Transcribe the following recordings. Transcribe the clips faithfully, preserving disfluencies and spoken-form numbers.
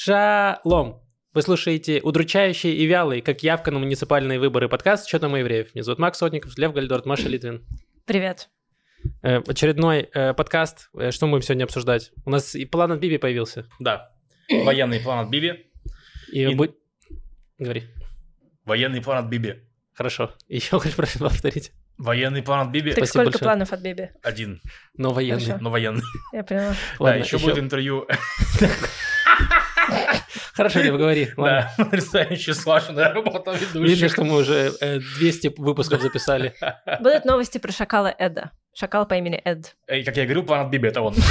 Шалом! Вы слушаете удручающий и вялый, как явка на муниципальные выборы, подкаст «Что там у евреев?». Меня зовут Макс Сотников, Лев Гальдорт, Маша Литвин. Привет. Э, очередной э, подкаст. Э, что мы будем сегодня обсуждать? У нас и план от Биби появился. Да, военный план от Биби. И, И- будь- Говори. Военный план от Биби. Хорошо. Еще хочешь просить повторить? Военный план от Биби. Так Спасибо сколько большое. планов от Биби? Один, Но военный. Хорошо. но военный. Я поняла. Да, Ладно, еще будет интервью. Хорошо, Лев, говори. Ладно. Да, потрясающий слаженная работа Видно, ведущих. что мы уже э, двести выпусков записали. Будут новости про шакала Эда. Шакал по имени Эд. И, как я говорил, план от Биби, это он.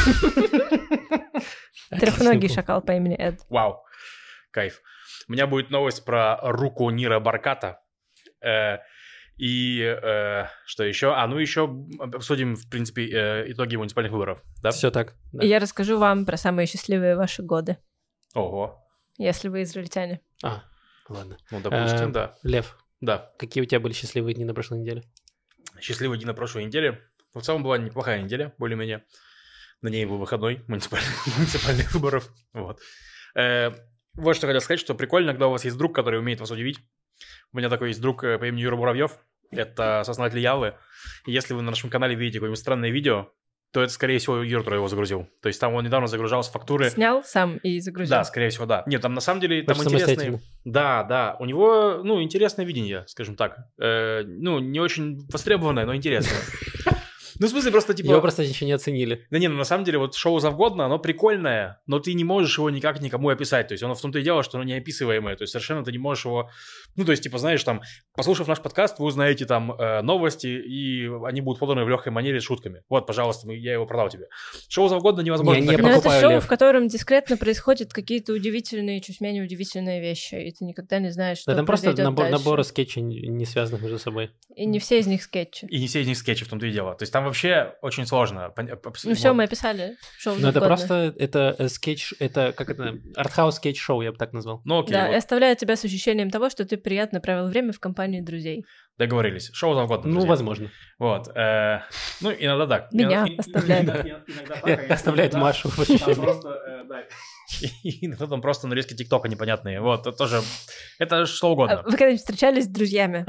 Трехногий шакал по имени Эд. Вау, кайф. У меня будет новость про руку Нира Барката. Э, И э, что еще? А, ну еще обсудим, в принципе, э, итоги муниципальных выборов. Да? Все так. да. И я расскажу вам про самые счастливые ваши годы, Ого. если вы израильтяне. А, ладно. Ну, допустим, Эм, да. Лев, Да. какие у тебя были счастливые дни на прошлой неделе? Счастливый день на прошлой неделе. В целом была неплохая неделя, более-менее. На ней был выходной муниципальных, муниципальных выборов. Вот. Э, вот что хотел сказать, что прикольно, когда у вас есть друг, который умеет вас удивить. У меня такой есть друг э, по имени Юра Муравьев. Это сооснователь Явы. И если вы на нашем канале видите какое-нибудь странное видео, то это, скорее всего, Юра, который его загрузил. То есть там он недавно загружал с фактуры. Снял сам и загрузил. Да, скорее всего, да. Нет, там на самом деле там Очень интересные... самостоятельно. Да, да. У него, ну, интересное видение, скажем так. Э, ну, не очень востребованное, но интересное. Ну, в смысле, просто типа... Его просто еще не оценили. Да не, ну на самом деле вот шоу «Завгодно», оно прикольное, но ты не можешь его никак никому описать. То есть оно в том-то и дело, что оно неописываемое. То есть совершенно ты не можешь его... Ну, то есть, типа, знаешь, там, послушав наш подкаст, вы узнаете там э, новости, и они будут поданы в легкой манере с шутками. Вот, пожалуйста, мы- я его продал тебе. Шоу «Завгодно» невозможно. Не, так не Но это покупаю, шоу, Лев. в котором дискретно происходят какие-то удивительные, чуть менее удивительные вещи, и ты никогда не знаешь, что Да там просто произойдет набор, дальше. набор скетчей, не связанных между собой. И не все из них скетчи. И не все из них скетчи, в том-то и дело. То есть там вообще очень сложно. Пон- обс- Ну все, вот. мы описали. Шоу Но это «Завгодно». просто, это э, скетч, это, как это, артхаус скетч-шоу, я бы так назвал. Ну окей, Да, вот, и оставляет тебя с ощущением того, что ты приятно провел время в компании друзей. договорились. Шоу «Завгодно», Ну, друзья. возможно. Вот. э, ну, иногда так. Меня Иногда- оставляет. иногда- иногда так, а Оставляет иногда- Машу в Там ощущении. просто, э, да. И иногда там просто нарезки ТикТока непонятные. Вот, это тоже... Это что А угодно. Вы когда-нибудь встречались с друзьями?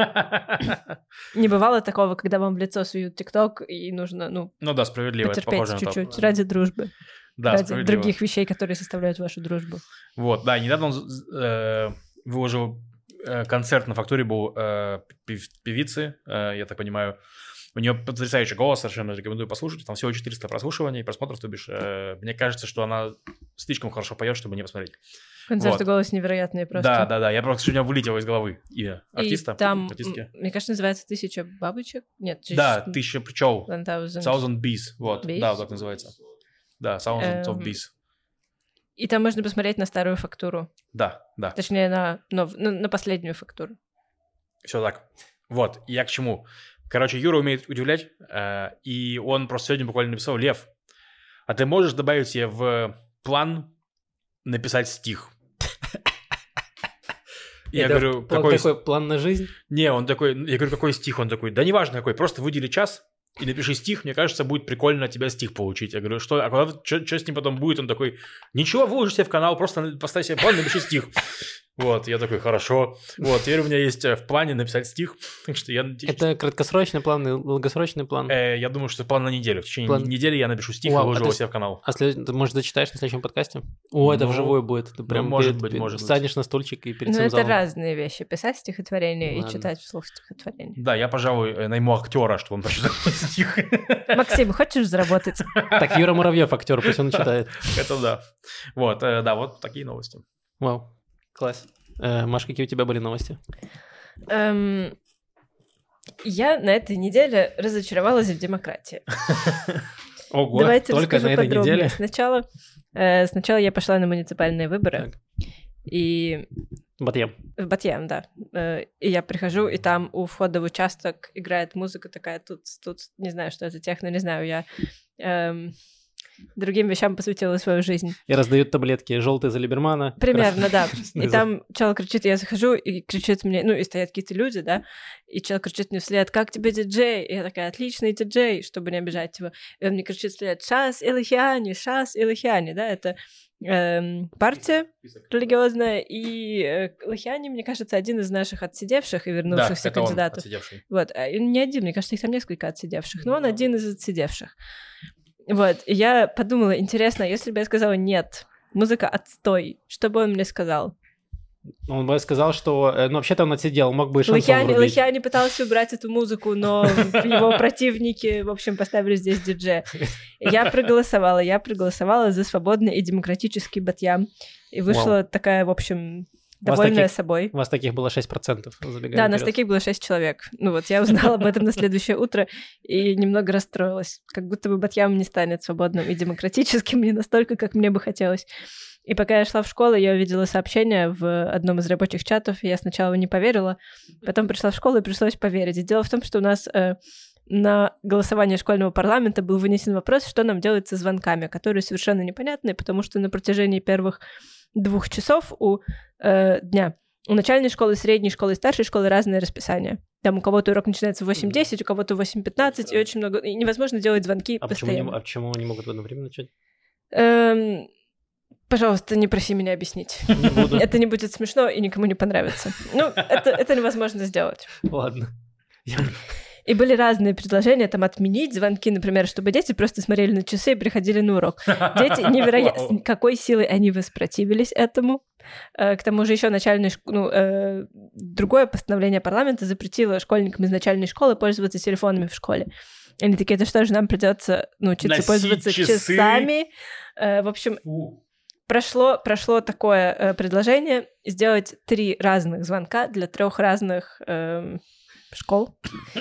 Не бывало такого, когда вам в лицо суют ТикТок, и нужно, ну, Ну да, справедливо, это потерпеть похоже на то. чуть-чуть ради дружбы, Да, ради справедливо. других вещей, которые составляют вашу дружбу. Вот, да, недавно он э, выложил э, концерт на фактуре был э, пев- певицы, э, я так понимаю. У нее потрясающий голос, совершенно рекомендую послушать. Там всего четыреста прослушиваний, просмотров, то бишь. Э, мне кажется, что она слишком хорошо поет, чтобы не посмотреть. Концерты Вот. голос невероятные просто. Да, да, да. Я просто сегодня вылетело из головы имя И артиста. там, артистки. м, мне кажется, называется «Тысяча бабочек». Нет, Да, тысяча пчел. One Thousand. Thousand Bees. Вот, Bees? да, вот так называется. Да, Thousand of Эм. Bees. И там можно посмотреть на старую фактуру. Да, да. Точнее, на, нов- ну, на последнюю фактуру. Все так. Вот, и я к чему. Короче, Юра умеет удивлять, э, и он просто сегодня буквально написал: Лев, а ты можешь добавить себе в план написать стих? Я Это говорю, план- какой... такой план на жизнь? Не, он такой... Я говорю, какой стих? Он такой, да неважно какой, просто выдели час и напиши стих, мне кажется, будет прикольно от тебя стих получить. Я говорю, что, а куда, что с ним потом будет? Он такой, ничего, выложи себе в канал, просто поставь себе план, напиши стих. Вот, я такой, хорошо. Вот, теперь у меня есть э, в плане написать стих, так что я надеюсь, Это краткосрочный план и долгосрочный план. Э, я думаю, что план на неделю. В течение План- недели я напишу стих Вау, и выложу а его ты- себе в канал. А след... ты, может, зачитаешь на следующем подкасте? О, это Ну, вживую будет. Ты прям может перед- быть, перед- может быть. встанешь на стульчик и перед Но всем это залом. разные вещи. Писать стихотворение Ладно. и читать вслух стихотворение. Да, я, пожалуй, э, найму актера, чтобы он прочитал стих. Максим, хочешь заработать? Так, Юра Муравьев, актер, пусть он читает. Это да. Вот, э, да, вот такие новости. Вау, класс. Э, Маш, какие у тебя были новости? Эм, Я на этой неделе разочаровалась в демократии. Ого, Давайте только расскажу на этой подробнее. неделе? Сначала, э, сначала я пошла на муниципальные выборы. Так. И Батьям. в Батьям, да. Э, И я прихожу, и там у входа в участок играет музыка такая, тут, тут не знаю, что это, техно, не знаю, я эм, другим вещам посвятила свою жизнь. И раздают таблетки желтые за Либермана. Примерно, да. Красные И за- там чел кричит, я захожу, и кричит мне, ну, и стоят какие-то люди, да, и чел кричит мне вслед, как тебе диджей? И я такая, отличный диджей, чтобы не обижать его. И он мне кричит вслед, шас Илахиани, шас Илахиани, да, это эм, партия религиозная, и э, Лохиани, мне кажется, один из наших отсидевших и вернувшихся да, кандидатов. Вот, а, не один, мне кажется, их там несколько отсидевших, но он один из отсидевших. Вот, и я подумала, интересно, если бы я сказала «нет», музыка отстой, что бы он мне сказал? Он бы сказал, что... Ну, вообще-то он отсидел, мог бы и шансон Лохиани, врубить. Лохиани пытался убрать эту музыку, но его противники, в общем, поставили здесь диджея. Я проголосовала, я проголосовала за свободный и демократический Батьям. И вышла Вау. такая, в общем, довольная таких, собой. У вас таких было шесть процентов. Да, нас таких было шесть человек. Ну вот, я узнала об этом на следующее утро и немного расстроилась. Как будто бы Батьям не станет свободным и демократическим не настолько, как мне бы хотелось. И пока я шла в школу, я увидела сообщение в одном из рабочих чатов, и я сначала не поверила, потом пришла в школу и пришлось поверить. И дело в том, что у нас э, на голосование школьного парламента был вынесен вопрос, что нам делать со звонками, которые совершенно непонятные, потому что на протяжении первых двух часов у э, дня у начальной школы, средней школы и старшей школы разное расписание. Там у кого-то урок начинается в восемь десять, у кого-то в восемь пятнадцать, и очень много... И невозможно делать звонки а постоянно. Почему не, а почему они могут в одно время начать? Эм... Пожалуйста, не проси меня объяснить. Не буду. Это не будет смешно и никому не понравится. Ну, это, это невозможно сделать. Ладно. И были разные предложения, там, отменить звонки, например, чтобы дети просто смотрели на часы и приходили на урок. Дети невероятно... Какой силой они воспротивились этому. К тому же еще начальный... Ну, э, другое постановление парламента запретило школьникам из начальной школы пользоваться телефонами в школе. Они такие, это что же, нам придется научиться Носить пользоваться часы? часами? Э, в общем... Фу. Прошло, прошло такое э, предложение сделать три разных звонка для трех разных э, школ.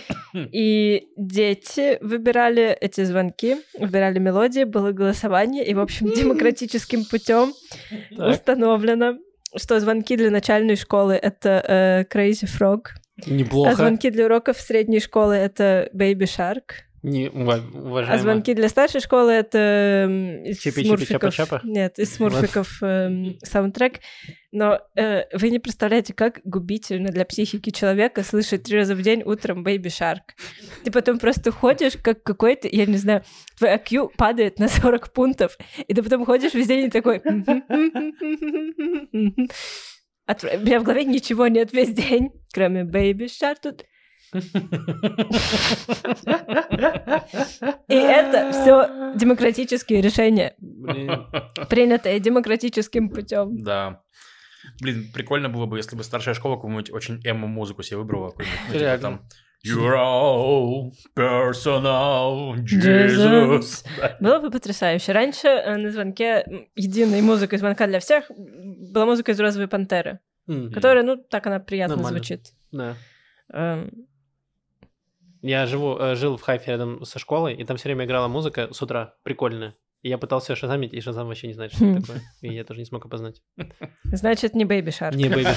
И дети выбирали эти звонки, выбирали мелодии, было голосование, и, в общем, демократическим путем установлено, что звонки для начальной школы — это э, Crazy Frog. Неплохо. А звонки для уроков средней школы — это Baby Shark. Не, уважаемая. А звонки для старшей школы — это из Чипи, Смурфиков... чипи, чапа-чапа? Нет, из Смурфиков э, саундтрек. Но э, вы не представляете, как губительно для психики человека слышать три раза в день утром Baby Shark. Ты потом просто ходишь, как какой-то, я не знаю, твой ай кью падает на сорок пунктов, и ты потом ходишь весь день и такой... От... У меня в голове ничего нет весь день, кроме Baby Shark тут... И это все демократические решения, принятые демократическим путем. Да. Блин, прикольно было бы, если бы старшая школа какую-нибудь очень эмо-музыку себе выбрала. Ну, типа там You're all personal, Jesus. Было бы потрясающе. Раньше на звонке единой музыкой звонка для всех была музыка из «Розовой пантеры», mm-hmm. которая, ну, так она приятно Нормально. звучит. Да. Um... Я живу, жил в Хайфе рядом со школой, и там все время играла музыка с утра, прикольная. И я пытался шазамить, и Шазам вообще не знает, что это такое. И я тоже не смог опознать. Значит, не Baby Shark. Не Baby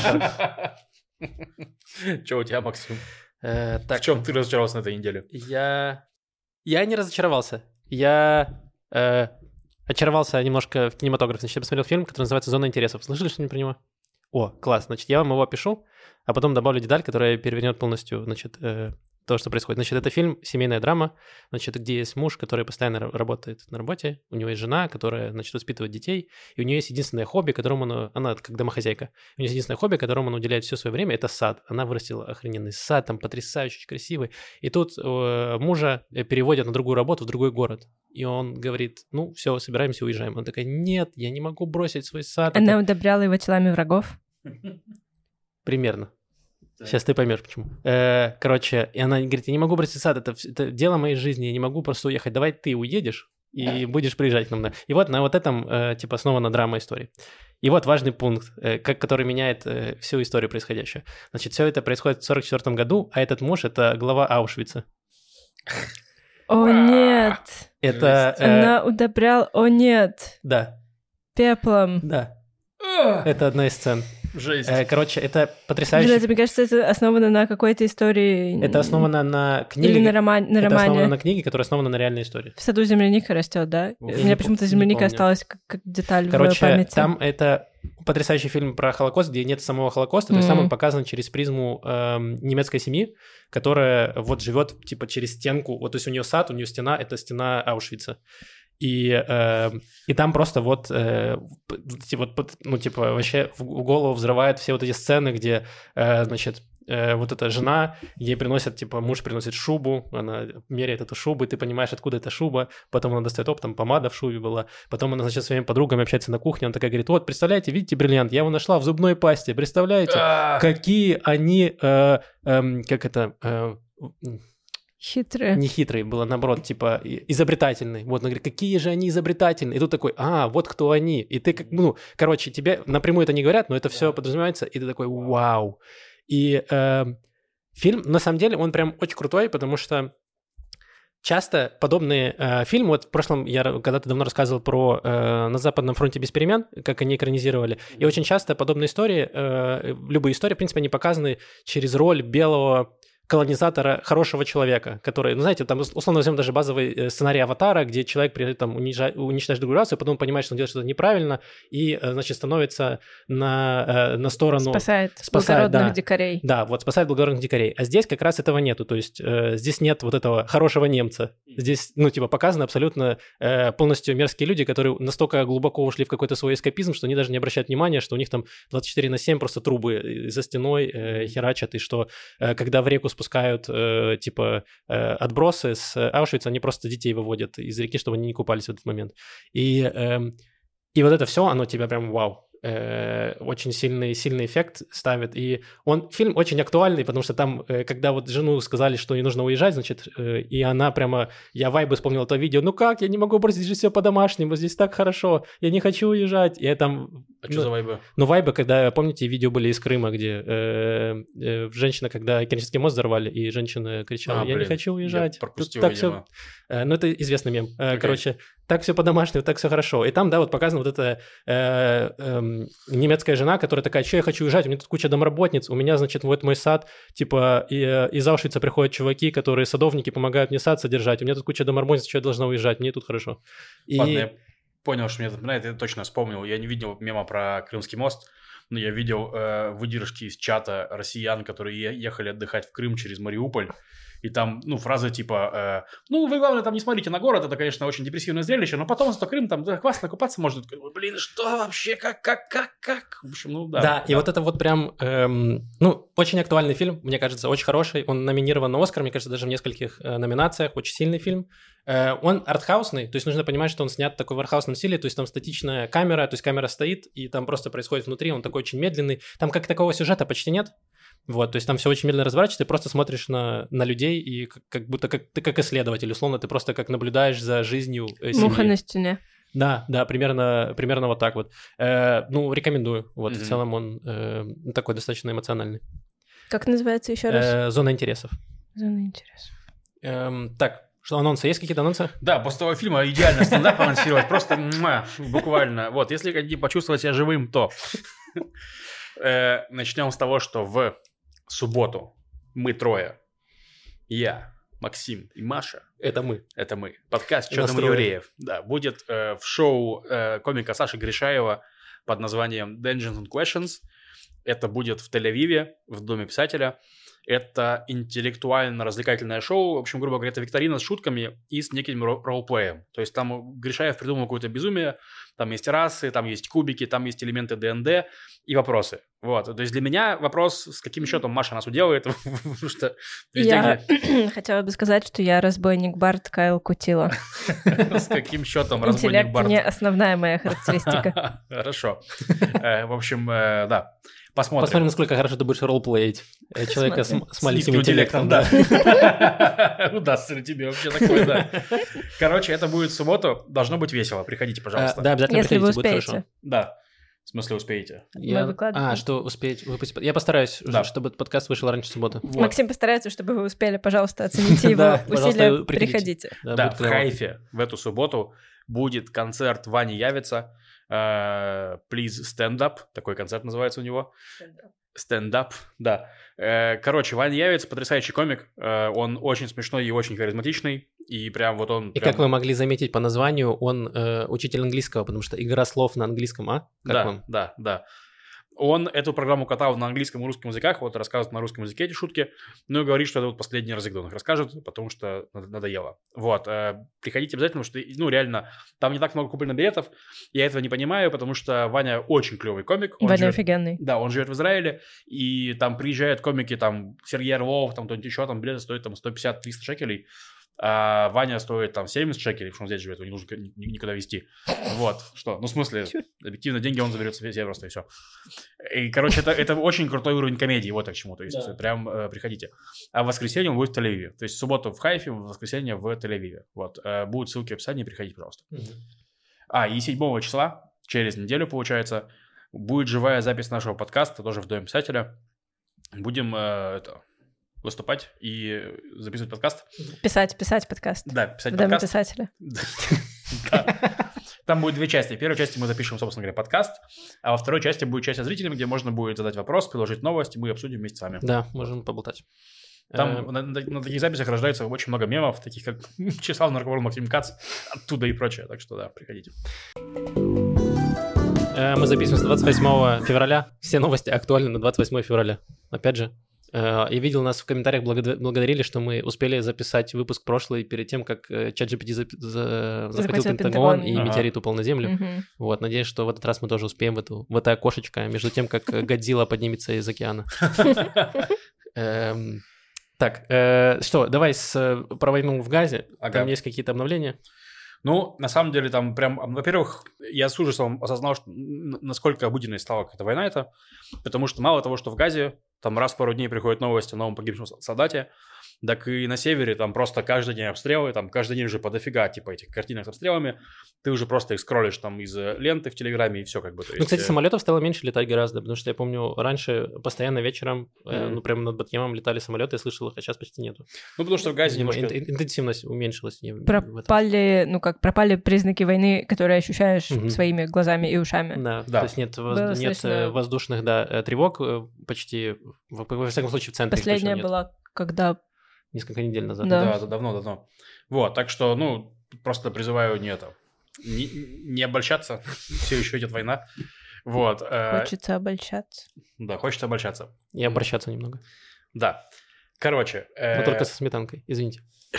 Shark. Что у тебя, Максим? Э, так, в чем ты разочаровался на этой неделе? Я... Я не разочаровался. Я э, очаровался немножко в кинематографе. Значит, я посмотрел фильм, который называется «Зона интересов». Слышали что-нибудь про него? О, класс. Значит, я вам его опишу, а потом добавлю деталь, которая перевернет полностью, значит, э, то, что происходит. Значит, это фильм «Семейная драма», значит, где есть муж, который постоянно работает на работе, у него есть жена, которая, значит, воспитывает детей, и у нее есть единственное хобби, которому она, она как домохозяйка, у нее есть единственное хобби, которому она уделяет все свое время, это сад. Она вырастила охрененный сад, там потрясающий, очень красивый. И тут э, мужа переводят на другую работу в другой город. И он говорит, ну, все, собираемся, уезжаем. Он такая, нет, я не могу бросить свой сад. Она это... удобряла его телами врагов? Примерно. Сейчас ты поймешь, почему. Э, короче, и она говорит, я не могу бросить сад, это, это дело моей жизни, я не могу просто уехать. Давай ты уедешь и будешь приезжать к нам. Да. И вот на вот этом, э, типа, основана драма истории. И вот важный пункт, э, как, который меняет э, всю историю происходящую. Значит, все это происходит в сорок четвёртом году, а этот муж — это глава Аушвица. О, нет! Это... Э, она удобряла... О, нет! Да. Пеплом. Да. Это одна из сцен. Жесть. Короче, это потрясающе. Блин, это, мне кажется, это основано на какой-то истории... Это основано на книге. Или на, роман... на это романе. Это основано на книге, которая основана на реальной истории. В саду земляника растет, да? У меня почему-то земляника осталась как, как деталь Короче, в памяти. Там это потрясающий фильм про Холокост, где нет самого Холокоста, mm-hmm. то есть там он показан через призму эм, немецкой семьи, которая вот живет типа через стенку. Вот, то есть у нее сад, у нее стена, это стена Аушвица. И, э, и там просто вот, э, вот, ну, типа, вообще в голову взрывают все вот эти сцены, где, э, значит, э, вот эта жена, ей приносят, типа, муж приносит шубу, она меряет эту шубу, и ты понимаешь, откуда эта шуба, потом она достает, оп, там помада в шубе была, потом она, значит, со своими подругами общается на кухне, она такая говорит, вот, представляете, видите бриллиант, я его нашла в зубной пасте, представляете, какие они, э, э, как это... Э, Хитрые. Не хитрые, было наоборот, типа изобретательные. Вот, он говорит, какие же они изобретательные. И тут такой, а, вот кто они. И ты как, ну, короче, тебе напрямую это не говорят, но это все подразумевается, и ты такой, вау. И э, фильм, на самом деле, он прям очень крутой, потому что часто подобные э, фильмы, вот в прошлом я когда-то давно рассказывал про э, «На Западном фронте без перемен», как они экранизировали, и очень часто подобные истории, э, любые истории, в принципе, они показаны через роль белого колонизатора, хорошего человека, который, ну, знаете, там, условно возьмем даже базовый сценарий «Аватара», где человек приезжает там уничтожать, уничтожать другую расу, потом понимает, что он делает что-то неправильно, и, значит, становится на, на сторону... Спасает, спасает благородных да, дикарей. Да, вот, спасает благородных дикарей. А здесь как раз этого нету, то есть э, здесь нет вот этого хорошего немца. Здесь, ну, типа, показаны абсолютно э, полностью мерзкие люди, которые настолько глубоко ушли в какой-то свой эскапизм, что они даже не обращают внимания, что у них там двадцать четыре на семь просто трубы за стеной э, херачат, и что э, когда в реку спускают, э, типа, э, отбросы с Аушвица, они просто детей выводят из реки, чтобы они не купались в этот момент. И, э, и вот это все, оно тебя прям вау. Э, очень сильный, сильный эффект ставит. И он, фильм очень актуальный, потому что там, э, когда вот жену сказали, что ей нужно уезжать, значит, э, и она прямо, я вайбы вспомнил это видео, ну как, я не могу бросить же все по-домашнему, здесь так хорошо, я не хочу уезжать. И я там... А ну, что за вайбы? Ну, вайбы, когда, помните, видео были из Крыма, где э, э, женщина, когда Керченский мост взорвали, и женщина кричала, а, я блин, не хочу уезжать. Я пропустил, так видимо. Все... Э, ну, это известный мем. Э, okay. Короче, так все по-домашнему, так все хорошо. И там, да, вот показано вот это... Э, э, немецкая жена, которая такая, что я хочу уезжать, у меня тут куча домработниц, у меня, значит, вот мой сад, типа, и, из Аушвица приходят чуваки, которые садовники, помогают мне сад содержать, у меня тут куча домработниц, что я должна уезжать, мне тут хорошо. И... Ладно, я понял, что мне это напоминает, я точно вспомнил, я не видел мема про Крымский мост, но я видел э, выдержки из чата россиян, которые ехали отдыхать в Крым через Мариуполь. И там, ну, фраза типа, э, ну, вы, главное, там не смотрите на город, это, конечно, очень депрессивное зрелище, но потом зато Крым, там, да, классно купаться можно. Блин, что вообще, как, как, как, как? В общем, ну, да. Да, да. и вот это вот прям, эм, ну, очень актуальный фильм, мне кажется, очень хороший. Он номинирован на Оскар, мне кажется, даже в нескольких э, номинациях, очень сильный фильм. Э, он артхаусный, то есть нужно понимать, что он снят в такой в артхаусном стиле, то есть там статичная камера, то есть камера стоит, и там просто происходит внутри, он такой очень медленный. Там как такового сюжета почти нет. Вот, то есть там все очень медленно разворачивается, ты просто смотришь на, на людей, и как, как будто как, ты как исследователь, условно, ты просто как наблюдаешь за жизнью э, семьи. Муха на стене. Да, да, примерно, примерно вот так вот. Э, ну, рекомендую. Вот, mm-hmm. в целом он э, такой достаточно эмоциональный. Как называется еще раз? Э, Зона интересов. Зона интересов. Э, так, что, анонсы? Есть какие-то анонсы? Да, после того фильма идеально стендап анонсировать, просто буквально. Вот, если хотите почувствовать себя живым, то... Начнем с того, что в субботу мы трое, я, Максим и Маша. Это мы. Это мы. Подкаст «Чё там у евреев». Да, будет э, в шоу э, комика Саши Гришаева под названием Dungeons and Questions. Это будет в Тель-Авиве, в Доме писателя. Это интеллектуально-развлекательное шоу. В общем, грубо говоря, это викторина с шутками и с неким ролплеем. То есть там Гришаев придумал какое-то безумие. Там есть расы, там есть кубики, там есть элементы ДНД и вопросы. Вот. То есть для меня вопрос, с каким счетом Маша нас уделает. Потому что я хотела бы сказать, что я разбойник Барт Кайл Кутила. С каким счетом разбойник Барт? Интеллект не основная моя характеристика. Хорошо. В общем, да. Посмотрим. Посмотрим, насколько хорошо ты будешь ролплеить человека с, с маленьким интеллектом. Да. Удастся ли тебе вообще такое, да. Короче, это будет в субботу. Должно быть весело. Приходите, пожалуйста. Да, обязательно Если приходите, вы будет хорошо. Да. В смысле успеете? Я... А, что успеть выпустить? Я постараюсь, да. чтобы подкаст вышел раньше субботы. Вот. Максим постарается, чтобы вы успели. Пожалуйста, оцените его усилия. Приходите. Да, в Хайфе в эту субботу будет концерт Вани Явица. Uh, Please Stand Up, такой концерт называется у него. Stand Up, да. Uh, короче, Ваня Явиц, потрясающий комик. Uh, он очень смешной и очень харизматичный. И прям вот он... И прям... как вы могли заметить по названию, он uh, учитель английского, потому что игра слов на английском, а? Как да, вам? да, да. Он эту программу катал на английском и русском языках, вот рассказывает на русском языке эти шутки, ну и говорит, что это вот последний раз, где он их расскажет, потому что надоело. Вот, э, приходите обязательно, потому что, ну, реально, там не так много куплено билетов, я этого не понимаю, потому что Ваня очень клевый комик. Он Ваня живет, офигенный. Да, он живет в Израиле, и там приезжают комики, там, Сергей Орлов, там, кто-нибудь еще, там, билеты стоят там сто пятьдесят - триста шекелей, а Ваня стоит там семьдесят шекелей, потому что он здесь живет, его не нужно никуда везти. Вот, что, ну, в смысле, объективно деньги он заберет себе просто, и все. И, короче, это, это очень крутой уровень комедии, вот так к чему, то есть да. прям э, приходите. А в воскресенье он будет в Тель-Авиве, то есть в субботу в Хайфе, в воскресенье в Тель-Авиве. Вот, э, будут ссылки в описании, приходите, пожалуйста. Угу. А, и седьмого числа, через неделю, получается, будет живая запись нашего подкаста, тоже в Доме писателя. Будем, э, это... выступать и записывать подкаст. Писать, писать подкаст. Да, писать в подкаст. Доме писателя. Там будет две части. В первой части мы запишем, собственно говоря, подкаст, а во второй части будет часть со зрителями, где можно будет задать вопрос, предложить новости, мы обсудим вместе с вами. Да, можем поболтать. Там на, на, на таких записях рождается очень много мемов, таких как Числав Нарковорон, Максим Кац, оттуда и прочее. Так что да, приходите. Мы записываемся двадцать восьмого февраля. Все новости актуальны на двадцать восьмое февраля. Опять же, я видел, нас в комментариях благодарили, что мы успели записать выпуск прошлый перед тем, как ChatGPT за... за... захватил Пентагон, Пентагон и ага. метеорит упал на Землю. Угу. Вот, надеюсь, что в этот раз мы тоже успеем в, эту... в это окошечко, между тем, как Годзилла поднимется из океана. Так, что, давай про войну в Газе. Там есть какие-то обновления? Ну, на самом деле, там прям, во-первых, я с ужасом осознал, что, насколько обыденной стала какая-то война эта, потому что мало того, что в Газе там раз в пару дней приходят новости о новом погибшем солдате, так и на севере там просто каждый день обстрелы, там каждый день уже по дофига типа этих картинок с обстрелами, ты уже просто их скроллишь там из ленты в Телеграме и все как бы. То есть... Ну, кстати, самолетов стало меньше летать гораздо, потому что я помню, раньше постоянно вечером, mm-hmm. э, ну, прямо над Батьямом летали самолеты, я слышал их, а сейчас почти нету. Ну, потому что в Газе немножко... Интенсивность уменьшилась. Пропали, ну как, пропали признаки войны, которые ощущаешь mm-hmm. своими глазами и ушами. Да, да. То есть нет, воз... нет слышно... воздушных, да, тревог почти, во всяком случае, в центре. Последняя была, когда... Несколько недель назад. Да, да, давно-давно. Вот, так что, ну, просто призываю не это, не, не обольщаться, все еще идет война. Вот. Хочется обольщаться. Да, хочется обольщаться. И обращаться немного. Да. Короче. Но только со сметанкой, извините.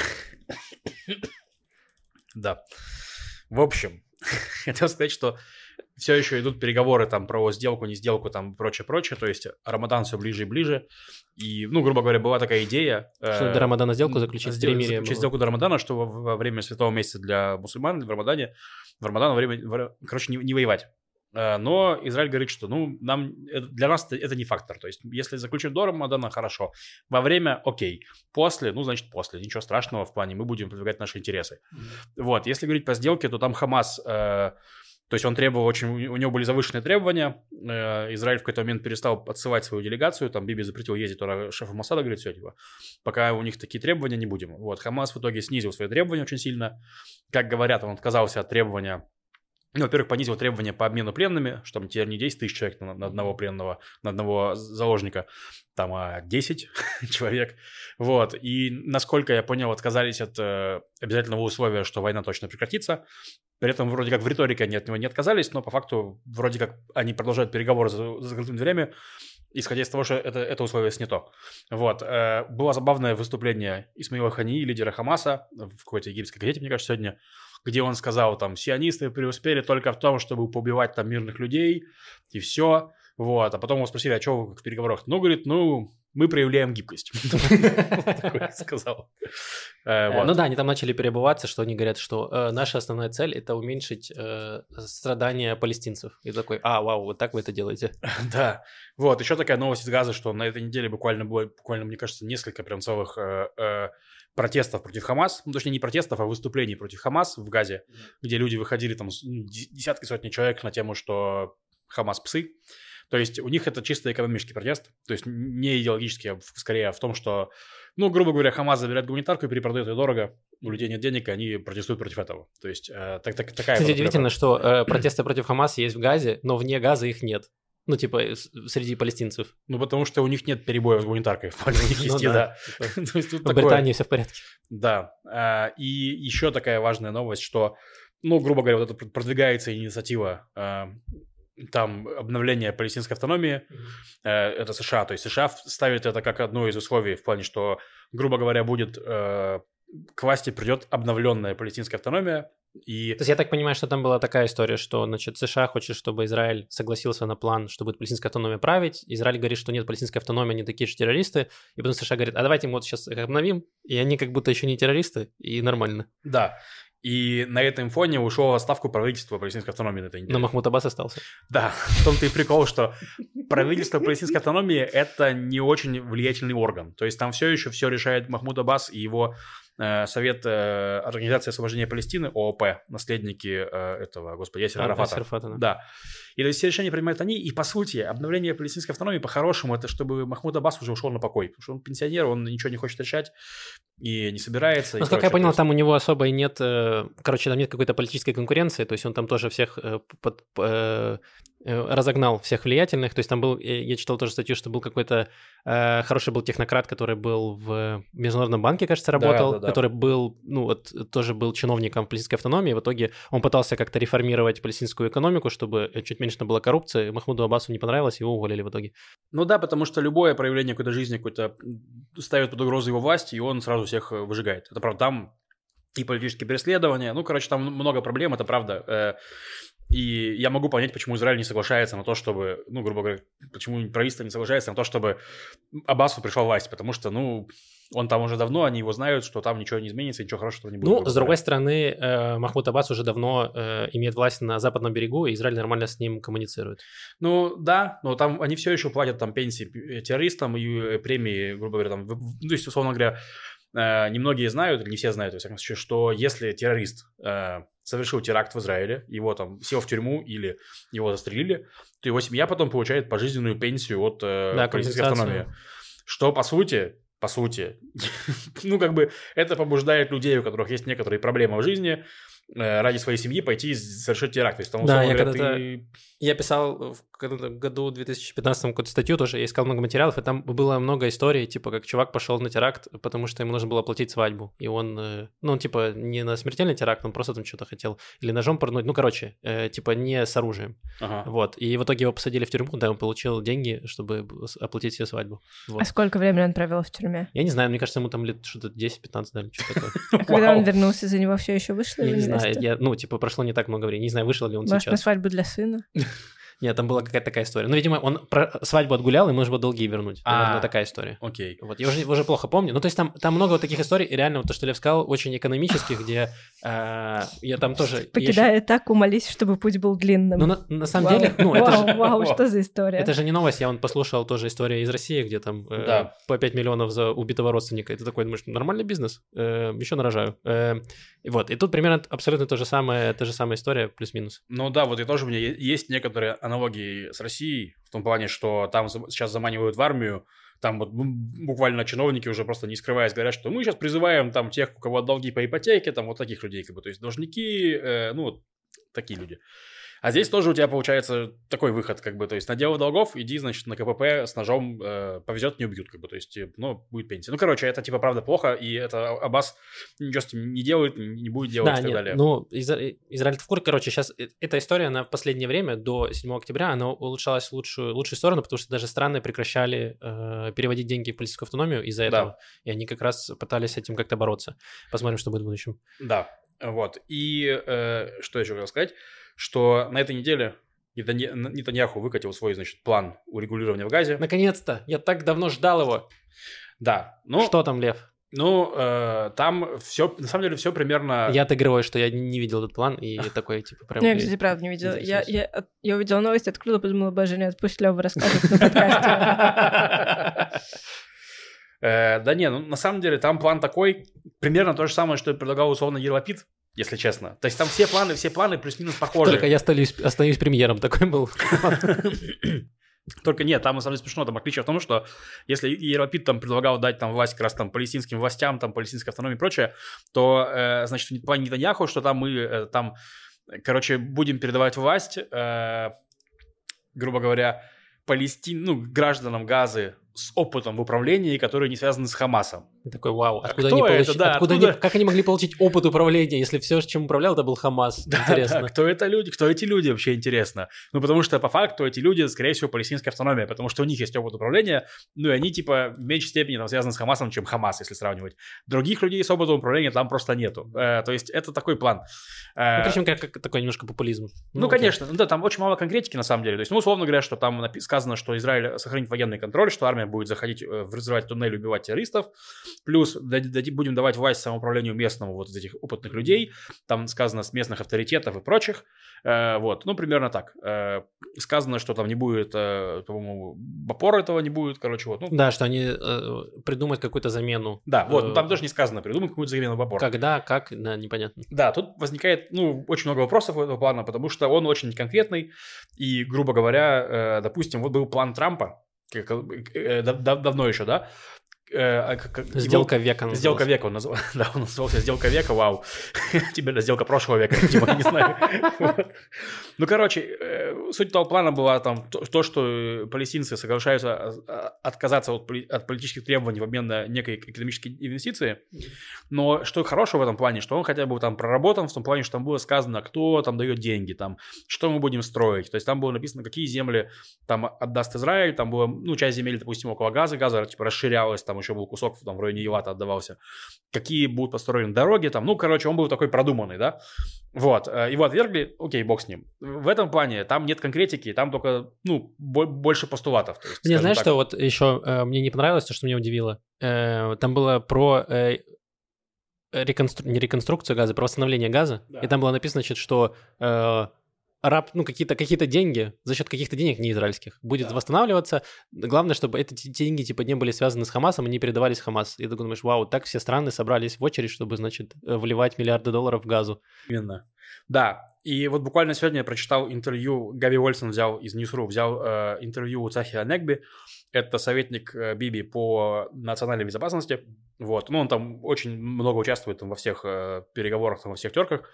Да. В общем, хотел сказать, что все еще идут переговоры там про сделку, не сделку, там прочее-прочее, то есть Рамадан все ближе и ближе, и, ну, грубо говоря, была такая идея... Что э, до Рамадана сделку заключить, сдел- перемирие заключить сделку до Рамадана, что во, во время святого месяца для мусульман, в Рамадане, в Рамадан во время, в, короче, не, не воевать. Э, но Израиль говорит, что, ну, нам, для нас это, это не фактор, то есть если заключим до Рамадана, хорошо, во время, окей, после, ну, значит, после, ничего страшного в плане, мы будем продвигать наши интересы. Mm-hmm. Вот, если говорить по сделке, то там Хамас... Э, То есть он требовал очень, у него были завышенные требования. Израиль в какой-то момент перестал отсылать свою делегацию. Там Биби запретил ездить туда шефу Моссада, говорит, все, типа, пока у них такие требования, не будем. Вот, Хамас в итоге снизил свои требования очень сильно. Как говорят, он отказался от требования. Ну, во-первых, понизил требования по обмену пленными, что там теперь не десять тысяч человек на, на одного пленного, на одного заложника, там, а десять человек. Вот. И, насколько я понял, отказались от э, обязательного условия, что война точно прекратится. При этом вроде как в риторике они от него не отказались, но по факту вроде как они продолжают переговоры за, за закрытыми дверями, исходя из того, что это, это условие снято. Вот. Э, было забавное выступление Исмаила Хании, лидера Хамаса, в какой-то египетской газете, мне кажется, сегодня, где он сказал, там, сионисты преуспели только в том, чтобы поубивать там мирных людей, и все. Вот. А потом его спросили, а что вы в переговорах? Ну, говорит, ну, мы проявляем гибкость. Такое сказал. Ну да, они там начали перебываться, что они говорят, что наша основная цель – это уменьшить страдания палестинцев. И такой, а, вау, вот так вы это делаете. Да. Вот, еще такая новость из Газы, что на этой неделе буквально было, буквально, мне кажется, несколько прям целых протестов против Хамас, ну, точнее, не протестов, а выступлений против Хамас в Газе, где люди выходили, там, десятки, сотни человек на тему, что Хамас псы. То есть у них это чисто экономический протест, то есть не идеологический, а скорее в том, что, ну, грубо говоря, Хамас забирает гуманитарку и перепродает ее дорого, у людей нет денег, и они протестуют против этого. То есть э, так, так, такая... Кстати, удивительно, что э, протесты против Хамаса есть в Газе, но вне Газа их нет. Ну, типа, среди палестинцев. Ну, потому что у них нет перебоев с гуманитаркой. У них есть еда. В Британии все в порядке. Да. И еще такая важная новость, что, ну, грубо говоря, вот это продвигается инициатива там обновление палестинской автономии, э, это США. То есть США ставит это как одно из условий в плане, что, грубо говоря, будет э, к власти придет обновленная палестинская автономия. И... То есть я так понимаю, что там была такая история, что, значит, США хочет, чтобы Израиль согласился на план, что будет палестинская автономия править. Израиль говорит, что нет, палестинская автономия, они такие же террористы. И потом США говорит, а давайте мы вот сейчас их обновим, и они как будто еще не террористы, и нормально. Да. И на этом фоне ушло в отставку правительство палестинской автономии на этой неделе. Но Махмуд Аббас остался. Да, в том-то и прикол, что правительство палестинской автономии – это не очень влиятельный орган. То есть там все еще все решает Махмуд Аббас и его э, Совет э, Организации освобождения Палестины, ООП, наследники э, этого, господи, Ясера Арафата. Арафата, да. Да. И то есть все решения принимают они, и по сути обновление палестинской автономии по-хорошему это чтобы Махмуд Аббас уже ушел на покой, потому что он пенсионер, он ничего не хочет решать и не собирается. Ну, и, как я понял, есть... там у него особо и нет, э, короче, там нет какой-то политической конкуренции, то есть он там тоже всех э, под, э, разогнал всех влиятельных, то есть там был, я читал тоже статью, что был какой-то э, хороший был технократ, который был в Международном банке, кажется, работал, да, да, да. который был, ну вот, тоже был чиновником палестинской автономии, в итоге он пытался как-то реформировать палестинскую экономику, чтобы чуть меньше было коррупции, Махмуду Аббасу не понравилось, его уволили в итоге. Ну да, потому что любое проявление какой-то жизни какой-то ставит под угрозу его власти, и он сразу всех выжигает. Это правда, там и политические преследования, ну, короче, там много проблем, это правда. И я могу понять, почему Израиль не соглашается на то, чтобы, ну, грубо говоря, почему правительство не соглашается на то, чтобы Аббасу пришла власть, потому что, ну, он там уже давно, они его знают, что там ничего не изменится, ничего хорошего не будет. Ну, с другой стороны, э, Махмуд Аббас уже давно э, имеет власть на западном берегу, и Израиль нормально с ним коммуницирует. Ну, да, но там они все еще платят там пенсии террористам и премии, грубо говоря, там, ну, то есть, условно говоря, э, немногие знают, или не все знают, во всяком случае, что если террорист э, совершил теракт в Израиле, его там сел в тюрьму или его застрелили, то его семья потом получает пожизненную пенсию от э, да, палестинской автономии. Что, по сути... По сути, ну, как бы это побуждает людей, у которых есть некоторые проблемы в жизни, э, ради своей семьи пойти и совершить теракт. То есть, там, да, я говоря, когда-то... ты... Я писал в году две тысячи пятнадцатом какую-то статью тоже, я искал много материалов, и там было много историй, типа, как чувак пошел на теракт, потому что ему нужно было оплатить свадьбу, и он, ну, он, типа, не на смертельный теракт, он просто там что-то хотел, или ножом порнуть, ну, короче, э, типа, не с оружием, Ага. вот, и в итоге его посадили в тюрьму, да, он получил деньги, чтобы оплатить себе свадьбу. Вот. А сколько времени он провел в тюрьме? Я не знаю, мне кажется, ему там лет что-то десять-пятнадцать дали, что такое. А когда он вернулся, за него все еще вышло? Я не знаю, я, ну, типа, прошло не так много времени, не знаю, вышел ли он Может, сейчас. на свадьбу для сына? Нет, там была какая-то такая история. Ну, видимо, он про свадьбу отгулял, ему нужно было долги вернуть. Наверное, такая история. Окей. Вот, я уже, уже плохо помню. Ну, то есть там, там много вот таких историй, и реально, вот то, что Лев сказал, очень экономических, где э, я там тоже... Покидая я... так, умолись, чтобы путь был длинным. Ну, на, на самом вау. деле... Ну, вау, это же... вау, что за история? Это же не новость, я вон послушал тоже история из России, где там э, Да. по пять миллионов за убитого родственника. И ты такой думаешь, нормальный бизнес, э, еще нарожаю. Э, и вот, и тут примерно абсолютно то же самое, та же самая история, плюс-минус. Ну да, вот и тоже у меня есть некоторые аналогии с Россией, в том плане, что там сейчас заманивают в армию, там вот буквально чиновники уже просто не скрываясь говорят, что мы сейчас призываем там тех, у кого долги по ипотеке, там вот таких людей, как бы, то есть должники, э, ну вот такие люди. А здесь тоже у тебя получается такой выход, как бы, то есть наделав долгов, иди, значит, на КПП с ножом, э, повезет, не убьют, как бы, то есть, ну, будет пенсия. Ну, короче, это, типа, правда плохо, и это Аббас ничего с этим не делает, не будет делать да, и так нет, далее. Ну, Изра- Израиль в курсе, короче, сейчас эта история, она в последнее время, до седьмого октября, она улучшалась в лучшую, лучшую сторону, потому что даже страны прекращали э, переводить деньги в палестинскую автономию из-за этого, Да. и они как раз пытались с этим как-то бороться. Посмотрим, что будет в будущем. Да, вот. И э, что еще хотел сказать, что на этой неделе Нетаньяху выкатил свой, значит, план урегулирования в Газе. Наконец-то! Я так давно ждал его. Да. Ну, Что там, Лев? Ну, э, там все, на самом деле, все примерно... Я отыгрываю, что я не видел этот план, и такой, типа, прям... Ну, я, кстати, правда не видела. Я, я, я увидела новость, открыла, подумала, боже, нет, пусть Лёва расскажет на подкасте. Да не, ну, на самом деле, там план такой, примерно то же самое, что предлагал условно Яир Лапид, если честно. То есть там все планы, все планы плюс-минус похожи. Только я остаюсь, остаюсь премьером, такой был. Только нет, там на самом деле смешно, там отличие в том, что если Яир Лапид там предлагал дать там власть как раз там палестинским властям, там палестинской автономии и прочее, то, э, значит, в плане Нетаньяху, что там мы э, там, короче, будем передавать власть, э, грубо говоря, Палестин, ну, гражданам Газы с опытом в управлении, которые не связаны с Хамасом. И такой, вау, А откуда, кто они, это? получ... Да, откуда, откуда? Они... как они могли получить опыт управления, если все, чем управлял, это был Хамас? Да, Интересно. да, кто это люди? Кто эти люди, вообще интересно. Ну, потому что по факту эти люди, скорее всего, палестинская автономия, потому что у них есть опыт управления, ну, и они, типа, в меньшей степени там связаны с Хамасом, чем Хамас, если сравнивать. Других людей с опытом управления там просто нету. Э, то есть это такой план. Э, Ну, короче, как, как такой немножко популизм. Ну, ну конечно, ну, да, там очень мало конкретики, на самом деле. То есть, ну, условно говоря, что там напи- сказано, что Израиль сохранит военный контроль, что армия будет заходить, э, взрывать туннели, убивать террористов, плюс дади- дади- будем давать власть самоуправлению местному вот из этих опытных людей, там сказано с местных авторитетов и прочих, э, вот, ну, примерно так. Э, сказано, что там не будет, э, по-моему, Бапора этого не будет, короче, вот. Ну, Да, что они э, придумают какую-то замену. да, вот, ну, э, там тоже не сказано, придумать какую-то замену Бапора. Когда, как, да, непонятно. Да, тут возникает, ну, очень много вопросов у этого плана, потому что он очень конкретный, и, грубо говоря, э, допустим, вот был план Трампа, как, э, дав- дав- давно еще, да? Э, как- как- Сделка его- века называлась. Сделка века он назвал. Да, он назывался Сделка века, вау. Теперь сделка прошлого века, типа, не знаю. Вот. Ну, короче, э, суть того плана была там то, то, что палестинцы соглашаются а, отказаться от, поли- от политических требований в обмен на некой экономической инвестиции. Но что хорошего в этом плане, что он хотя бы там проработан в том плане, что там было сказано, кто там дает деньги, там, что мы будем строить. То есть там было написано, какие земли там отдаст Израиль, там было, ну, часть земель, допустим, около Газа, Газа типа расширялась, там еще был кусок там в районе Елата отдавался. Какие будут построены дороги там, ну, короче, он был такой продуманный, да. Вот, э, его отвергли, окей, бог с ним. В этом плане там нет конкретики, там только, ну, бо- больше постулатов. То есть, Мне скажем знаешь, так. что вот еще э, мне не понравилось, то, что меня удивило? Э, там было про э, реконстру... не реконструкцию газа, про восстановление газа. Да. И там было написано, значит, что э, раб, ну, какие-то, какие-то деньги, за счет каких-то денег не израильских, будет Да. восстанавливаться. Главное, чтобы эти деньги, типа, не были связаны с Хамасом и не передавались в Хамас. И ты думаешь, вау, так все страны собрались в очередь, чтобы, значит, э, вливать миллиарды долларов в газу. Именно. Да, и вот буквально сегодня я прочитал интервью, Габи Уольсон взял из Ньюсру, взял э, интервью у Цахи Анегби, это советник э, Биби по национальной безопасности, вот, ну он там очень много участвует там, во всех э, переговорах, там, во всех терках.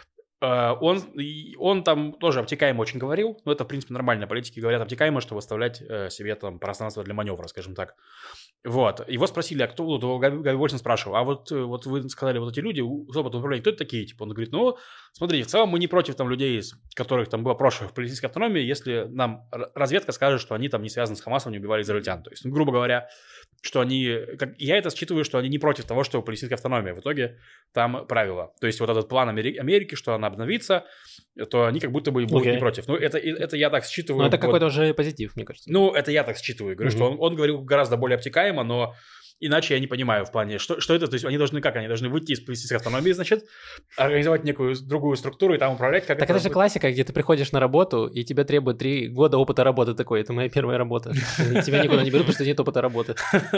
Э, он, и он там тоже обтекаемо очень говорил, но это, в принципе, нормально, политики говорят обтекаемо, чтобы оставлять э, себе там пространство для маневра, скажем так. Вот, его спросили, а кто, вот, Габи, Габи Уольсон спрашивал, а вот, э, вот вы сказали, вот эти люди с опытом управления, кто это такие? Типа, он говорит, ну, смотрите, в целом мы не против там людей, из которых там было прошлое в палестинской автономии, если нам р- разведка скажет, что они там не связаны с Хамасом, не убивали израильтян. То есть, ну, грубо говоря, что они... Как, я это считываю, что они не против того, что палестинская автономия. В итоге там правила. То есть, вот этот план Амери- Америки, что она обновится, то они как будто бы будут Окей. не против. Ну, это, это я так считываю. Ну, это вот. какой-то уже позитив, мне кажется. Ну, это я так считываю. Говорю, Мгм. что он, он говорил гораздо более обтекаемо, но иначе я не понимаю в плане, что, что это, то есть они должны как? Они должны выйти из палестинской автономии, значит, организовать некую другую структуру и там управлять, как Так это же будет. классика, где ты приходишь на работу, и тебе требуют три года опыта работы такой. Это моя первая работа. Тебя никуда не берут, потому что нет опыта работы.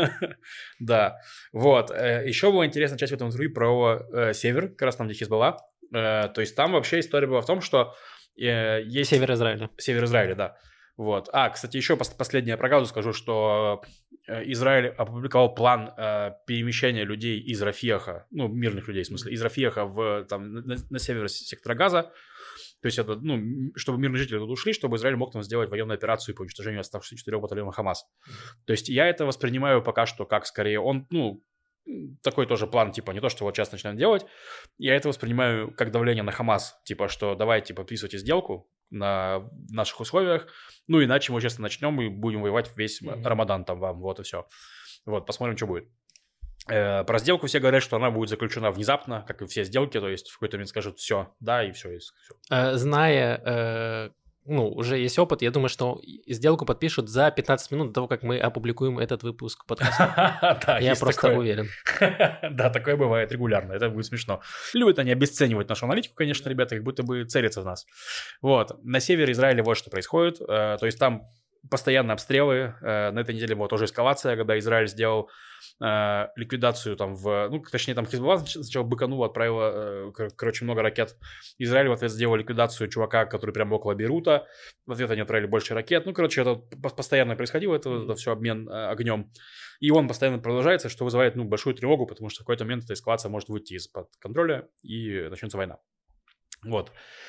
Да, вот. Э, Еще была интересная часть в этом интервью про э, север, как раз там, где Хизбалла. Э, То есть там вообще история была в том, что э, есть... Север Израиля. Север Израиля, да. Вот. А, кстати, еще пос- последнее про Газу скажу, что э, Израиль опубликовал план э, перемещения людей из Рафиаха, ну, мирных людей, в смысле, из Рафиаха в, там, на, на север сектора Газа. То есть это, ну, м, чтобы мирные жители туда ушли, чтобы Израиль мог там сделать военную операцию по уничтожению оставшихся четырех батальонов Хамас. То есть я это воспринимаю пока что как скорее он, ну, м, такой тоже план, типа, не то, что вот сейчас начинаем делать. Я это воспринимаю как давление на Хамас, типа, что давайте подписывайте сделку на наших условиях, ну, иначе мы сейчас начнем и будем воевать весь Мгм. Рамадан там вам, вот и все. Вот, посмотрим, что будет. Э, Про сделку все говорят, что она будет заключена внезапно, как и все сделки, то есть в какой-то момент скажут все, да, и все. И всё. Э, Зная, э, ну, уже есть опыт, я думаю, что и- сделку подпишут за пятнадцать минут до того, как мы опубликуем этот выпуск подкаста. Да, Я есть просто такое. уверен. Да, такое бывает регулярно, это будет смешно. Любят они обесценивать нашу аналитику, конечно, ребята, как будто бы целятся в нас. Вот, на севере Израиля вот что происходит, э, то есть там постоянно обстрелы, э, на этой неделе была тоже эскалация, когда Израиль сделал э, ликвидацию там в, ну, точнее, там Хизбалла сначала быканула, отправила, э, кор- короче, много ракет. Израиль в ответ сделал ликвидацию чувака, который прямо около Бейрута, в ответ они отправили больше ракет, ну, короче, это по- постоянно происходило, это, это все обмен э, огнем. И он постоянно продолжается, что вызывает, ну, большую тревогу, потому что в какой-то момент эта эскалация может выйти из-под контроля и начнется война. Вот.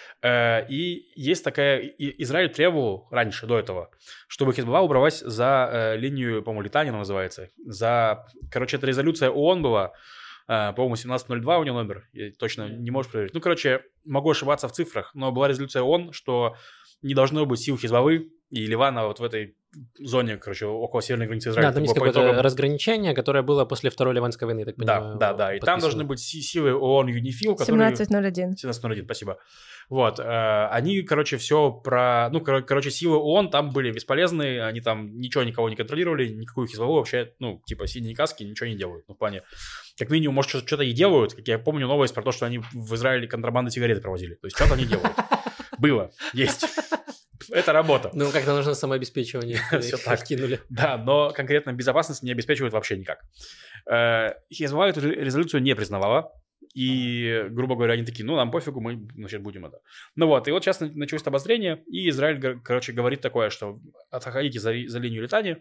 И есть такая... Израиль требовал раньше, до этого, чтобы Хизбалла убралась за линию, по-моему, летания она называется. За... Короче, это резолюция ООН была. По-моему, семнадцать ноль два у него номер. Я точно не можешь проверить. Ну, короче, могу ошибаться в цифрах, но была резолюция ООН, что не должно быть сил Хизбаллы и Ливана вот в этой зоне, короче, около северной границы Израиля. Да, там есть какое-то итогам... разграничение, которое было после Второй Ливанской войны, так понимаю. Да, да, да. И там должны быть силы ООН ЮНИФИЛ, которые... семнадцать ноль один. семнадцать ноль один, спасибо. Вот. Э, они, короче, все про... Ну, кор- короче, силы ООН там были бесполезны, они там ничего никого не контролировали, никакую Хизбаллу вообще, ну, типа, синие каски ничего не делают. Ну, в плане, как минимум, может, что-то, что-то и делают. Как я помню новость про то, что они в Израиле контрабанду сигареты провозили. То есть что-то они делают. Было, есть. Это работа. Ну, как-то нужно самообеспечивание. Все так. Кинули. Да, но конкретно безопасность не обеспечивают вообще никак. Хизбалла эту резолюцию не признавала. И, грубо говоря, они такие, ну, нам пофигу, мы, значит, будем это. Ну вот, и вот сейчас началось обострение, и Израиль, короче, говорит такое, что отходите за, за линию летания,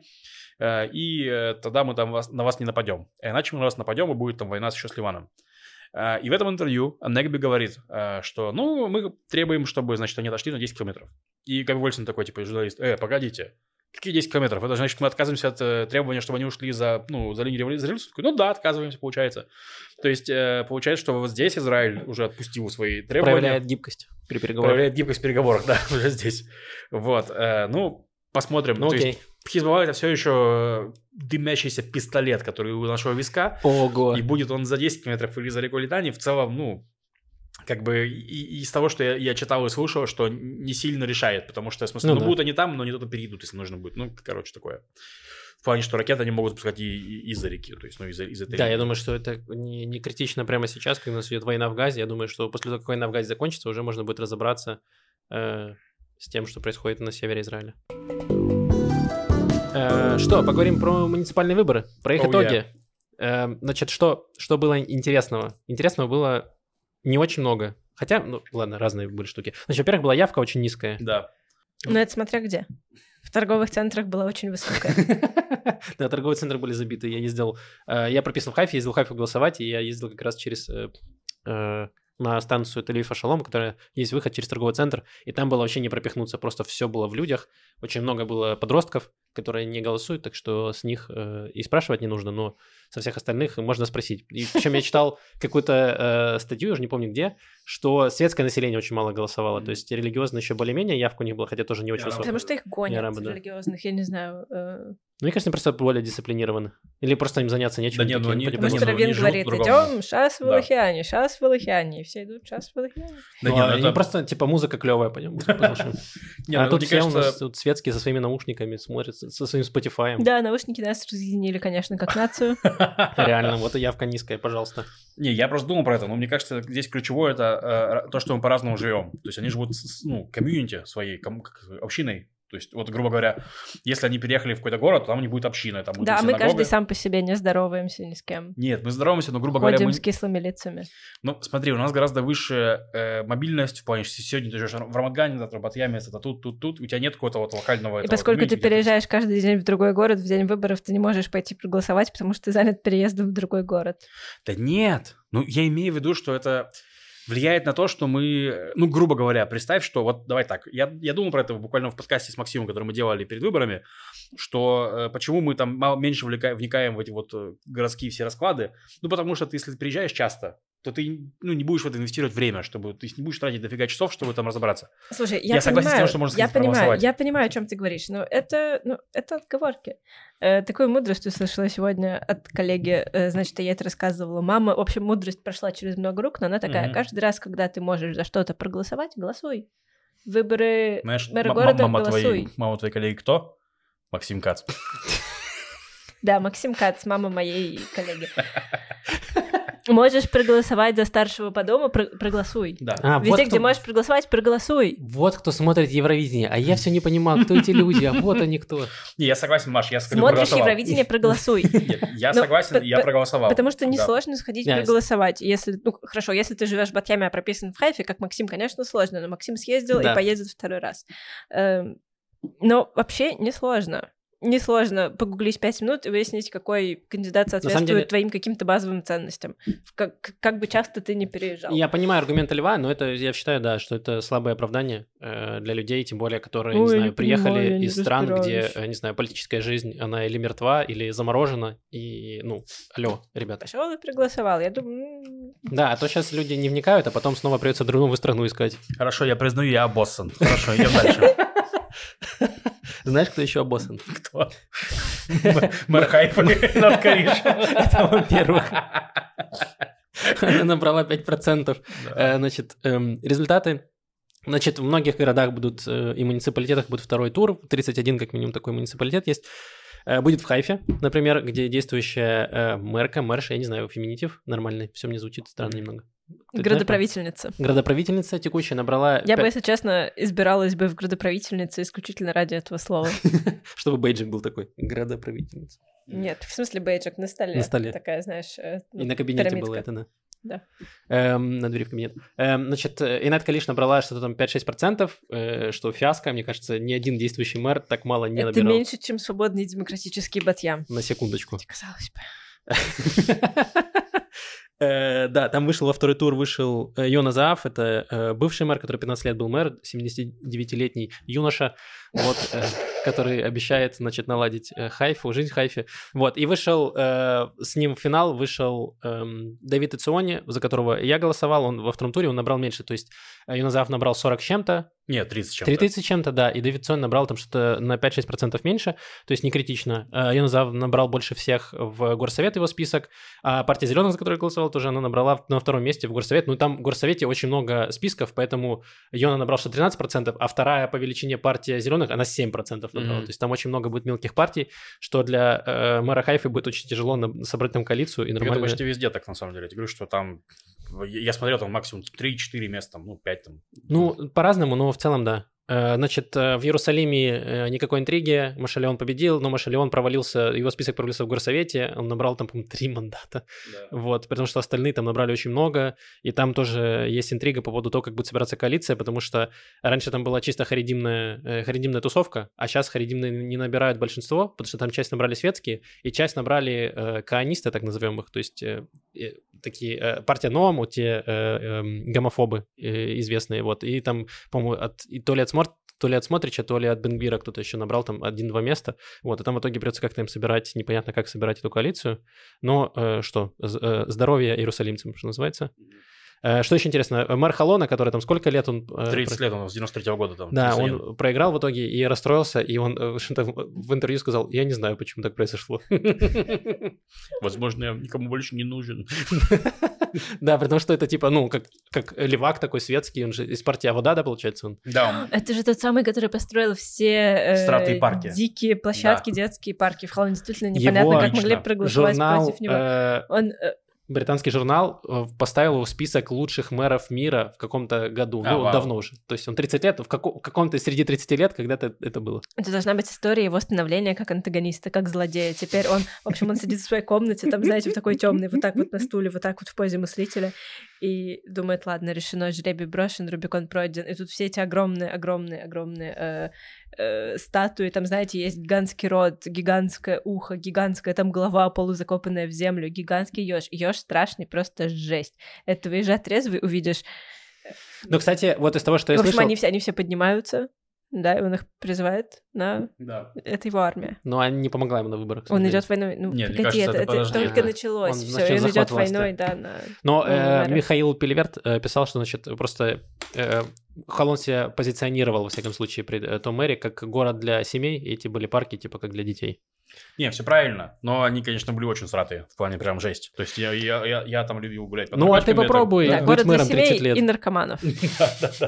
и тогда мы там вас, на вас не нападем. Иначе мы на вас нападем, и будет там война еще с Ливаном. И в этом интервью Негби говорит, что, ну, мы требуем, чтобы, значит, они отошли на десять километров. И как Вольсон такой, типа, журналист, э, погодите, какие десять километров? Это значит, мы отказываемся от э, требования, чтобы они ушли за, ну, за линию революции? Ну да, отказываемся, получается. То есть, э, получается, что вот здесь Израиль уже отпустил свои требования. Проявляет гибкость при переговорах. Проявляет гибкость в переговорах, да, уже здесь. Вот, э, ну, посмотрим. Ну, То окей. есть, Хизбалла — это все еще дымящийся пистолет, который у нашего виска. Ого. И будет он за десять километров или за рекой Литани, в целом, ну, как бы и, и из того, что я, я читал и слушал, что не сильно решает, потому что, в смысле, ну, ну да. будут они там, но не туда перейдут, если нужно будет. Ну, короче, такое. В плане, что ракеты они могут запускать и, и из-за реки, то есть, ну, из-за, из-за этой Да, реки. я думаю, что это не, не критично прямо сейчас, когда у нас идет война в Газе. Я думаю, что после того, как война в Газе закончится, уже можно будет разобраться э, с тем, что происходит на севере Израиля. Э, что, поговорим про муниципальные выборы, про их oh, итоги. Yeah. Э, значит, что, что было интересного? Интересного было не очень много. Хотя, ну, ладно, разные были штуки. Значит, во-первых, была явка очень низкая. Да. Ну, это смотря где. В торговых центрах была очень высокая. Да, торговые центры были забиты. Я ездил... Я прописан в Хайфе, ездил в Хайфу голосовать, и я ездил как раз через... на станцию Тель-Авив Шалом, которая есть выход через торговый центр, и там было вообще не пропихнуться, просто все было в людях. Очень много было подростков, которые не голосуют, так что с них э, и спрашивать не нужно, но со всех остальных можно спросить. И причем я читал какую-то э, статью, я уже не помню где, что светское население очень мало голосовало, то есть религиозно еще более-менее явка у них была, хотя тоже не очень высокая. Потому что их гонят, арабы, да. религиозных, я не знаю. Э... Ну, мне кажется, они просто более дисциплинированы. Или просто им заняться нечем. Да нет, ну они... Потому да что нет, Равин они говорит, живут идем, шас в Илахиане, шас в Илахиане, и все идут, шас в Илахиане. Да ну, нет, это... они просто, типа, музыка клевая, пойдем, послушаем. А тут все у нас светские со своими наушниками смотрят, со своим Spotify. Да, наушники нас разъединили, конечно, как нацию. Реально, вот и явка низкая, пожалуйста. Не, я просто думал про это, но мне кажется, здесь ключевое это э, то, что мы по-разному живем. То есть они живут, с, ну, комьюнити своей, ком, как, общиной. То есть, вот, грубо говоря, если они переехали в какой-то город, то там не будет общины. Там будет да, синагога. Мы каждый сам по себе не здороваемся ни с кем. Нет, мы здороваемся, но, грубо Ходим говоря... мы... с кислыми лицами. Ну, смотри, у нас гораздо выше э, мобильность в плане, что сегодня ты живешь в Рамадгане, завтра в Батьяме, это тут, тут, тут, у тебя нет какого-то вот локального... И поскольку ты переезжаешь каждый день в другой город, в день выборов ты не можешь пойти проголосовать, потому что ты занят переездом в другой город. Да нет, ну я имею в виду, что это... влияет на то, что мы, ну, грубо говоря, представь, что вот давай так, я, я думал про это буквально в подкасте с Максимом, который мы делали перед выборами, что э, почему мы там мало, меньше вникаем, вникаем в эти вот э, городские все расклады, ну, потому что ты, если ты приезжаешь часто, то ты, ну, не будешь в это инвестировать время, чтобы ты не будешь тратить дофига часов, чтобы там разобраться. Слушай, я, я понимаю, согласен с тем, что можно я сказать, понимаю, я понимаю, о чем ты говоришь, но это, ну, это отговорки. Э, такую мудрость услышала сегодня от коллеги, э, значит, я это рассказывала. Мама, в общем, мудрость прошла через много рук, но она такая, mm-hmm. каждый раз, когда ты можешь за что-то проголосовать, голосуй. Выборы Знаешь, мэра м- города, мама голосуй. Твоей, мама твоей коллеги кто? Максим Кац. Да, Максим Кац, мама моей коллеги. Можешь проголосовать за старшего по дому, про- проголосуй. Да. А, Везде, вот где кто... можешь проголосовать, проголосуй. Вот кто смотрит Евровидение, а я все не понимал, кто эти люди, а вот они кто. Не, я согласен, Маш, я Смотришь Евровидение, проголосуй. Нет, я Но согласен, п- я п- проголосовал. Потому что Да. несложно сходить Я- проголосовать. Если, ну, хорошо, если ты живешь в Батьяме, а прописан в Хайфе, как Максим, конечно, сложно, но Максим съездил Да. и поедет второй раз. Эм, Но вообще несложно. несложно погуглить пять минут и выяснить, какой кандидат соответствует деле... твоим каким-то базовым ценностям. Как, как бы часто ты не переезжал. Я понимаю аргументы Льва, но это, я считаю, да, что это слабое оправдание э, для людей, тем более, которые, Ой, не знаю, не приехали понимаю, из не стран, где, разбираюсь. э, не знаю, политическая жизнь, она или мертва, или заморожена, и, ну, алло, ребята. Пошел и проголосовал. Я думаю... Да, а то сейчас люди не вникают, а потом снова придется другую страну искать. Хорошо, я признаю, я обоссан. Хорошо, идем дальше. Знаешь, кто еще обоссан? Кто? Мэр Хайфа над Кариш. Это во-первых. Она набрала пять процентов. Значит, результаты. Значит, в многих городах будут и муниципалитетах будет второй тур. тридцать один как минимум такой муниципалитет есть. Будет в Хайфе, например, где действующая мэрка, мэрша, я не знаю, феминитив нормальный, все мне звучит странно немного. Ты Градоправительница. знаешь, градоправительница текущая набрала... Я бы, если честно, избиралась бы в градоправительнице исключительно ради этого слова. Чтобы бейджик был такой, градоправительница. Нет, в смысле бейджик на столе. На столе. Такая, знаешь... И на кабинете было это, да. Да. Эм, на двери в кабинет. Эм, значит, Инет Калиш набрала что-то там пять-шесть процентов, э, что фиаско. Мне кажется, ни один действующий мэр так мало не Это набирал. Это меньше, чем свободный демократический Батьям. На секундочку. Казалось бы. Да, там вышел во второй тур, вышел Йона Заав, это бывший мэр, который пятнадцать лет был мэр, семидесятидевятилетний юноша, вот, который обещает, значит, наладить Хайфу, жизнь в Хайфе. Вот, и вышел, с ним в финал вышел Давид Ициони, за которого я голосовал, он во втором туре, он набрал меньше, то есть Йона Заав набрал сорок с чем-то. Нет, тридцать с чем-то. тридцать с чем-то, да, и Давид Ициони набрал там что-то на пять-шесть процентов меньше, то есть не критично. Йона Заав набрал больше всех в Горсовет, его список, а партия Зеленых, за которую я голосовал, тоже она набрала на втором месте в Горсовет. Ну, там в Горсовете очень много списков, поэтому Йона набрал что тринадцать процентов, а вторая по величине партия Зеленых, она семь процентов набрала. Mm-hmm. То есть там очень много будет мелких партий, что для э, мэра Хайфы будет очень тяжело на, собрать там коалицию. И нормально... Это почти везде так, на самом деле. Я говорю, что там... Я смотрел, там максимум три-четыре места, ну, пять там. Ну, по-разному, но в целом, да. Значит, в Иерусалиме никакой интриги, Машалион победил, но Машалион провалился, его список провалился в Горсовете, он набрал там, по-моему, три мандата, да. Вот, потому что остальные там набрали очень много, и там тоже есть интрига по поводу того, как будет собираться коалиция, потому что раньше там была чисто харидимная, харидимная тусовка, а сейчас харидимные не набирают большинство, потому что там часть набрали светские, и часть набрали э, каанисты, так назовем их, то есть э, э, такие, э, партия Ноаму, те э, э, гомофобы э, известные, вот, и там, по-моему, от, и то ли от то ли от Смотрича, то ли от Бенгбира кто-то еще набрал там один-два места. Вот, и там в итоге придется как-то им собирать, непонятно как собирать эту коалицию. Но э, что, э, здоровье иерусалимцам, что называется. Э, что еще интересно, мэр Халона, который там сколько лет он... Э, тридцать про... лет, он с девяносто третьего года там. Да, он лет. проиграл в итоге и расстроился, и он э, что-то в интервью сказал, я не знаю, почему так произошло. Возможно, я никому больше не нужен. Да, потому что это типа, ну, как, как левак такой светский, он же из партии Авода, да, получается он? Да. Это же тот самый, который построил все э, парки. дикие площадки, да. Детские парки. В Холландии действительно непонятно, Его как могли проголосовать журнал, против него. Э... Он... Э... Британский журнал поставил его в список лучших мэров мира в каком-то году, а, ну, вау. давно уже. То есть он тридцать лет, в, како- в каком-то среди тридцати лет когда-то это было. Это должна быть история его становления как антагониста, как злодея. Теперь он, в общем, он сидит в своей комнате, там, знаете, в такой темной, вот так вот на стуле, вот так вот в позе мыслителя, и думает, ладно, решено, жребий брошен, Рубикон пройден. И тут все эти огромные, огромные, огромные э, э, статуи, там, знаете, есть гигантский рот, гигантское ухо, гигантская там голова, полузакопанная в землю, гигантский ёж. Ёж страшный, просто жесть. Это выезжай трезвый, увидишь. Ну, кстати, вот из того, что я слышал... В общем, они все, они все поднимаются, да, и он их призывает на... Да. Это его армия. Но она не помогла ему на выборах. Он идет войной. Ну, Нет, погоди, кажется, это, это, это только это... началось. Он, все, он идет войной, да, на... Но э, Михаил Пелеверт э, писал, что, значит, просто э, Холланд себя позиционировал, во всяком случае, при э, том мэре, как город для семей, и эти были парки, типа, как для детей. Не, все правильно, но они, конечно, были очень сратые, в плане прям жесть. То есть я, я, я, я там любил гулять по Ну, а ты попробуй это... быть да, мэром тридцать лет. И наркоманов. Да-да-да,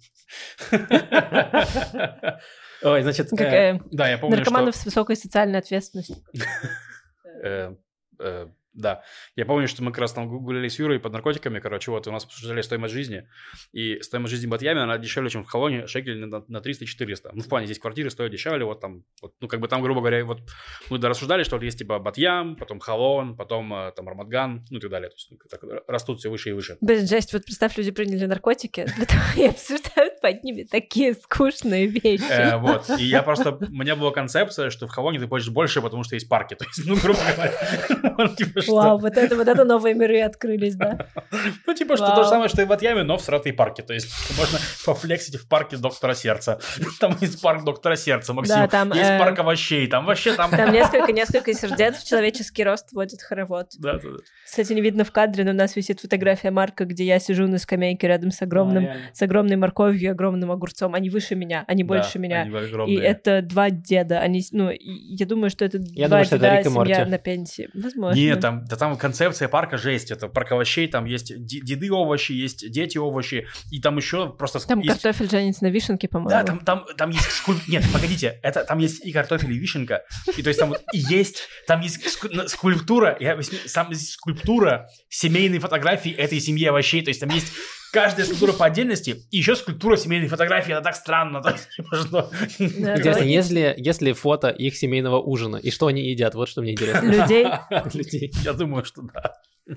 реально. Ой, значит... Да, я помню, наркоманов с высокой социальной ответственностью. Да. Я помню, что мы как раз там гуляли с Юрой под наркотиками, короче, вот, и у нас обсуждали стоимость жизни. И стоимость жизни в Батьяме, она дешевле, чем в Хавоне, шекель на, на триста-четыреста. Ну, в плане, здесь квартиры стоят дешевле, вот там, вот, ну, как бы там, грубо говоря, вот мы рассуждали, что вот есть типа Батьям, потом Хавон, потом там Рамадган, ну и так далее. То есть так, растут все выше и выше. Блин, жесть, вот представь, люди приняли наркотики, для того и обсуждают под ними такие скучные вещи. Вот, и я просто, у меня была концепция, что в Хавоне ты платишь больше, потому что есть парки, то есть, ну, грубо говоря. Вау, вот это, вот это новые миры открылись, да? Ну, типа, что то же самое, что и в Батьяме, но в сратые парки. То есть можно пофлексить в парке Доктора Сердца. Там есть парк Доктора Сердца, Максим. Да, там, есть э... парк овощей, там вообще там... Там несколько, несколько сердец в человеческий рост вводит хоровод. Да, да, да. Кстати, не видно в кадре, но у нас висит фотография Марка, где я сижу на скамейке рядом с огромным, а, с огромной морковью и огромным огурцом. Они выше меня, они да, больше меня. Они и это два деда. Они, ну, я думаю, что это я два думаю, деда, это семья на пенсии. Возможно. Нет, там, да, там концепция парка жесть. Это парк овощей, там есть деды овощи, есть дети овощи, и там еще просто... Там есть... картофель женится на вишенке, по-моему. Да, там, там, там есть скульп... Нет, погодите, это, там есть и картофель, и вишенка, и то есть там и есть, там есть скульптура, я, там есть скульптура семейной фотографии этой семьи овощей, то есть там есть каждая скульптура по отдельности, и еще скульптура семейной фотографии, это так странно. То есть, что... Интересно, если, если фото их семейного ужина, и что они едят, вот что мне интересно. Людей? Людей. Я думаю, что да.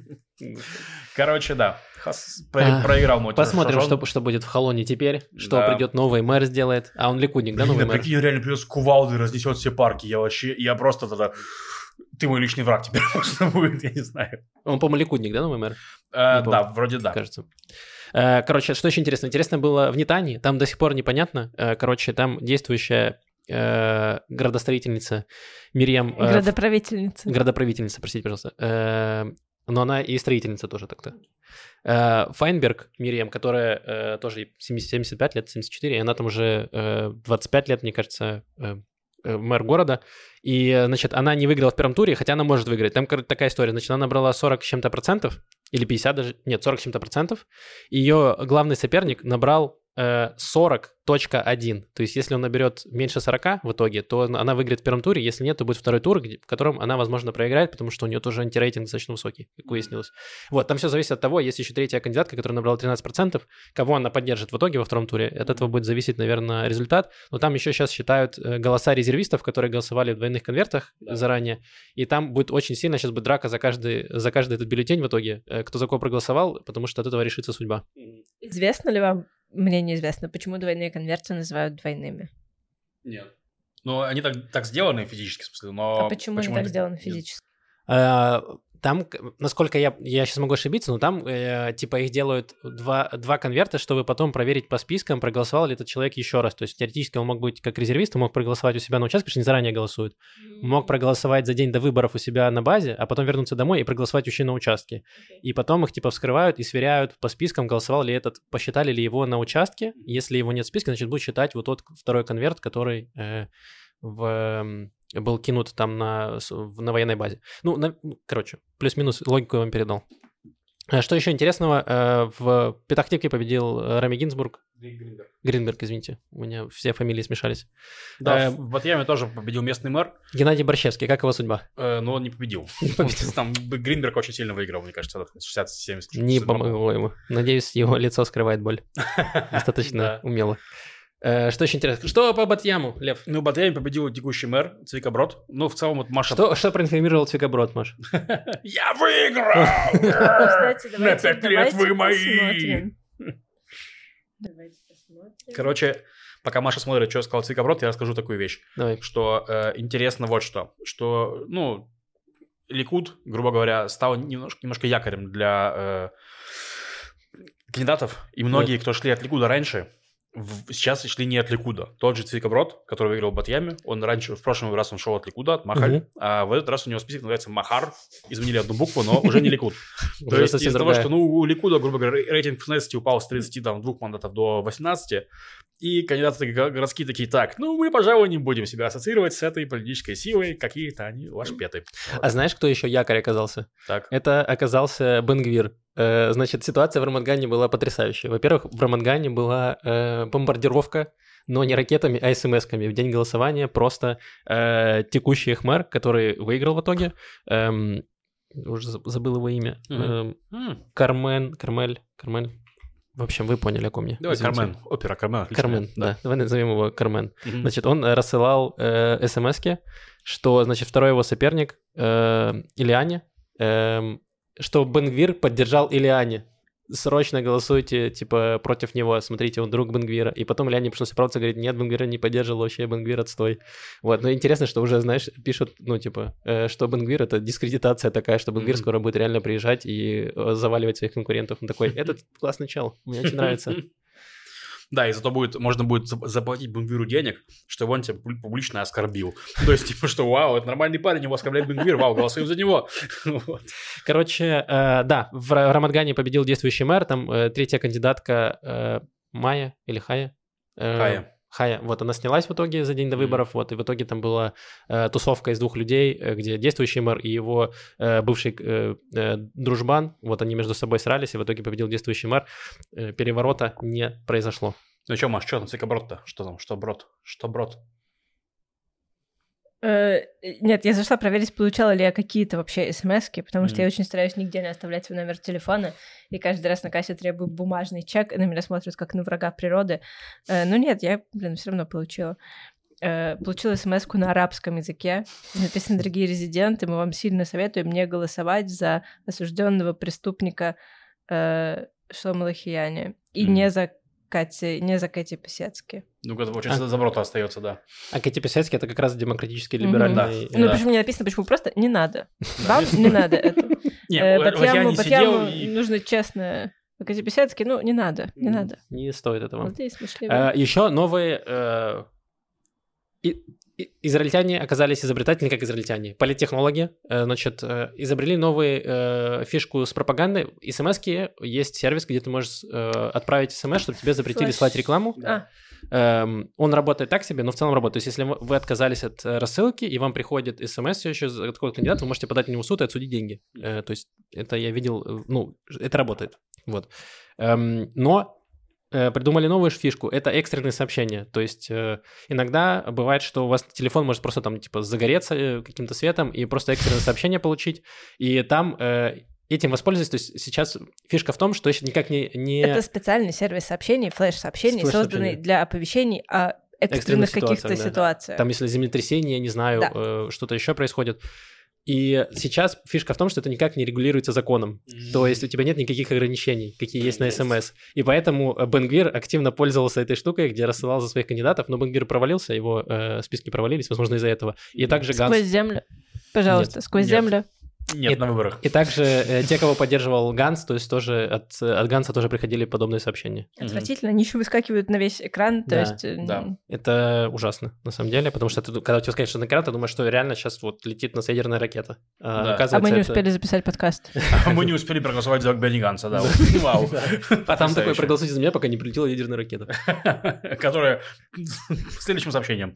Короче, да. Про- проиграл мой Посмотрим, что, что будет в Халоне теперь, что да. придет новый мэр сделает. А он ликудник, да, новый Блин, мэр? Прикинь, реально придет с кувалдой, разнесет все парки. Я вообще, я просто тогда... Ты мой личный враг теперь просто будет, я не знаю. Он, по-моему, ликудник, да, новый мэр? А, да, вроде да. Кажется. Короче, что еще интересно? Интересно было в Нетании, там до сих пор непонятно. Короче, там действующая э, градостроительница Мирьям... Э, градоправительница. Градоправительница, простите, пожалуйста. Э, но она и строительница тоже так-то. Э, Файнберг Мирьям, которая э, тоже семьдесят пять лет, семьдесят четыре, и она там уже э, двадцать пять лет, мне кажется, э, мэр города, и, значит, она не выиграла в первом туре, хотя она может выиграть. Там такая история, значит, она набрала сорок с чем-то процентов, или пятьдесят даже, нет, сорок с чем-то процентов, и ее главный соперник набрал э, сорок точка один, то есть если он наберет меньше сорока в итоге, то она выиграет в первом туре, если нет, то будет второй тур, где, в котором она, возможно, проиграет, потому что у нее тоже антирейтинг достаточно высокий, как выяснилось. Вот, там все зависит от того, есть еще третья кандидатка, которая набрала тринадцать процентов, кого она поддержит в итоге во втором туре, от этого будет зависеть, наверное, результат, но там еще сейчас считают голоса резервистов, которые голосовали в двойных конвертах да. заранее, и там будет очень сильно, сейчас будет драка за каждый, за каждый этот бюллетень в итоге, кто за кого проголосовал, потому что от этого решится судьба. Известно ли вам, мне неизвестно, почему двойные конверты называют двойными? Нет. Ну, они так, так сделаны физически, в смысле, но... А почему, почему они так сделаны физически? Там, насколько я, я сейчас могу ошибиться, но там, э, типа, их делают два, два конверта, чтобы потом проверить по спискам, проголосовал ли этот человек еще раз. То есть, теоретически он мог быть как резервист, он мог проголосовать у себя на участке, потому что они заранее голосуют. Мог проголосовать за день до выборов у себя на базе, а потом вернуться домой и проголосовать еще на участке. Okay. И потом их, типа, вскрывают и сверяют по спискам, голосовал ли этот, посчитали ли его на участке. Если его нет в списке, значит, будет считать вот тот второй конверт, который э, в... был кинут там на, на военной базе. Ну, на, короче, плюс-минус логику я вам передал. Что еще интересного? В Петах-Тикве победил Рами Гинзбург. Гринберг. Гринберг, извините. У меня все фамилии смешались. Да, э, в Батьяме тоже победил местный мэр. Геннадий Борщевский. Как его судьба? Э, но он не победил. Не победил. Там Гринберг очень сильно выиграл, мне кажется, шестьдесят-семьдесят. Не помогло ему. Надеюсь, его лицо скрывает боль. Достаточно умело. Что еще интересно? Что по Батьяму, Лев? Ну, в Батьяме победил текущий мэр Цвика Брод. Ну, в целом, вот Маша... Что, что проинформировал Цвика Брод, Маш? Я выиграл! На пять лет вы мои! Давайте посмотрим. Короче, пока Маша смотрит, что сказал Цвика Брод, я расскажу такую вещь. Давай. Что э, интересно вот что. Что, ну, Ликуд, грубо говоря, стал немножко, немножко якорем для э, кандидатов. И многие, кто шли от Ликуда раньше... Сейчас шли не от Ликуда. Тот же Цвика Брод, который выиграл в Батьяме, он раньше, в прошлом раз он шел от Ликуда, от Махаль, uh-huh. а в этот раз у него список называется Махар. Изменили одну букву, но уже не Ликуд. То есть из-за того, что ну, у Ликуда, грубо говоря, рейтинг в Кнессете упал с тридцати двух мандатов до восемнадцати, и кандидаты городские такие, так, ну мы, пожалуй, не будем себя ассоциировать с этой политической силой, какие-то они лашпеты. А знаешь, кто еще якорь оказался? Так. Это оказался Бен Гвир. Значит, ситуация в Рамадгане была потрясающая. Во-первых, в Рамадгане была э, бомбардировка, но не ракетами, а смс-ками. В день голосования просто э, текущий их мэр, который выиграл в итоге, э, уже забыл его имя. Mm-hmm. Э, Кармен, Кармель, Кармель. В общем, вы поняли, о ком я. Давай Извините. Кармен, опера Кармен. Отличная. Кармен, да. да. Давай назовем его Кармен. Mm-hmm. Значит, он рассылал э, смс-ки, что, значит, второй его соперник э, Ильяне, э, что Бен-Гвир поддержал Ильяне. Срочно голосуйте, типа, против него, смотрите, он друг Бен-Гвира. И потом Ильяне пришлось оправдываться, говорит, нет, Бен-Гвира не поддерживал, вообще Бен-Гвир отстой. Вот, но интересно, что уже, знаешь, пишут, ну, типа, э, что Бен-Гвир — это дискредитация такая, что Бен-Гвир mm-hmm. скоро будет реально приезжать и э, заваливать своих конкурентов. Он такой, этот классный чел, мне очень нравится. Да, и зато будет, можно будет заплатить Бен-Гвиру денег, что он тебя публично оскорбил. То есть, типа, что, вау, это нормальный парень, его оскорбляет Бен-Гвир, вау, голосуем за него. Вот. Короче, э, да, в Рамадгане победил действующий мэр, там э, третья кандидатка э, Майя или Хая? Э, Хая. Хая, вот, она снялась в итоге за день до выборов, mm-hmm. вот, и в итоге там была э, тусовка из двух людей, э, где действующий мэр и его э, бывший э, э, дружбан, вот, они между собой срались, и в итоге победил действующий мэр. Э, переворота не произошло. Ну что, Маш, что там, цикоброд-то? Что там, что брод? Что брод? Э, нет, я зашла проверить, получала ли я какие-то вообще смс-ки, потому что Mm. я очень стараюсь нигде не оставлять свой номер телефона, и каждый раз на кассе требую бумажный чек, и на меня смотрят как на врага природы. Э, но нет, я, блин, все равно получила. Э, получила смс-ку на арабском языке. Написано: дорогие резиденты, мы вам сильно советуем не голосовать за осужденного преступника э, Шломо Лохияни и mm. не за Кати, не за Кэти Писецки. Ну, это получается, а... за брота остается, да. А Кэти Писецки — это как раз демократический либеральный... Mm-hmm. Да. Ну, да. Почему не написано, почему просто не надо. Вам не надо это. Батьяму нужно честно. Кэти Писецки, ну, не надо, не надо. Не стоит этого. Еще новые... Израильтяне оказались изобретательны, как израильтяне. Политтехнологи, значит, изобрели новую фишку с пропагандой. СМС-ки есть сервис, где ты можешь отправить смс, чтобы тебе запретили Флэш. слать рекламу. Да. Он работает так себе, но в целом работает. То есть, если вы отказались от рассылки, и вам приходит смс все еще от какого-то кандидата, вы можете подать на него в суд и отсудить деньги. То есть, это я видел, ну, это работает. Вот. Но придумали новую фишку, это экстренные сообщения, то есть э, иногда бывает, что у вас телефон может просто там типа загореться каким-то светом и просто экстренное сообщение получить, и там э, этим воспользоваться, то есть сейчас фишка в том, что еще никак не... не... Это специальный сервис сообщений, флеш-сообщений, созданный для оповещений о экстренных, экстренных каких-то ситуациях, да. ситуациях. Там если землетрясение, не знаю, да. э, что-то еще происходит. И сейчас фишка в том, что это никак не регулируется законом. Mm-hmm. То есть у тебя нет никаких ограничений, какие есть на СМС. И поэтому Бен-Гвир активно пользовался этой штукой, где рассылал за своих кандидатов, но Бен-Гвир провалился, его э, списки провалились, возможно, из-за этого. И также Ганс... Сквозь землю. Пожалуйста, нет, сквозь нет. землю. Нет, и, на выборах. И также э, те, кого поддерживал Ганс, то есть тоже от, от Ганса тоже приходили подобные сообщения. Отвратительно, они еще выскакивают на весь экран, то да, есть... Да, это ужасно, на самом деле, потому что ты, когда у тебя скажешь, что на экран, ты думаешь, что реально сейчас вот летит нас ядерная ракета. А, да. а мы не это... успели записать подкаст. А мы не успели проголосовать за Бенни Ганса, да. Вау. А там такой: проголосуйте за меня, пока не прилетела ядерная ракета. Которая следующим сообщением.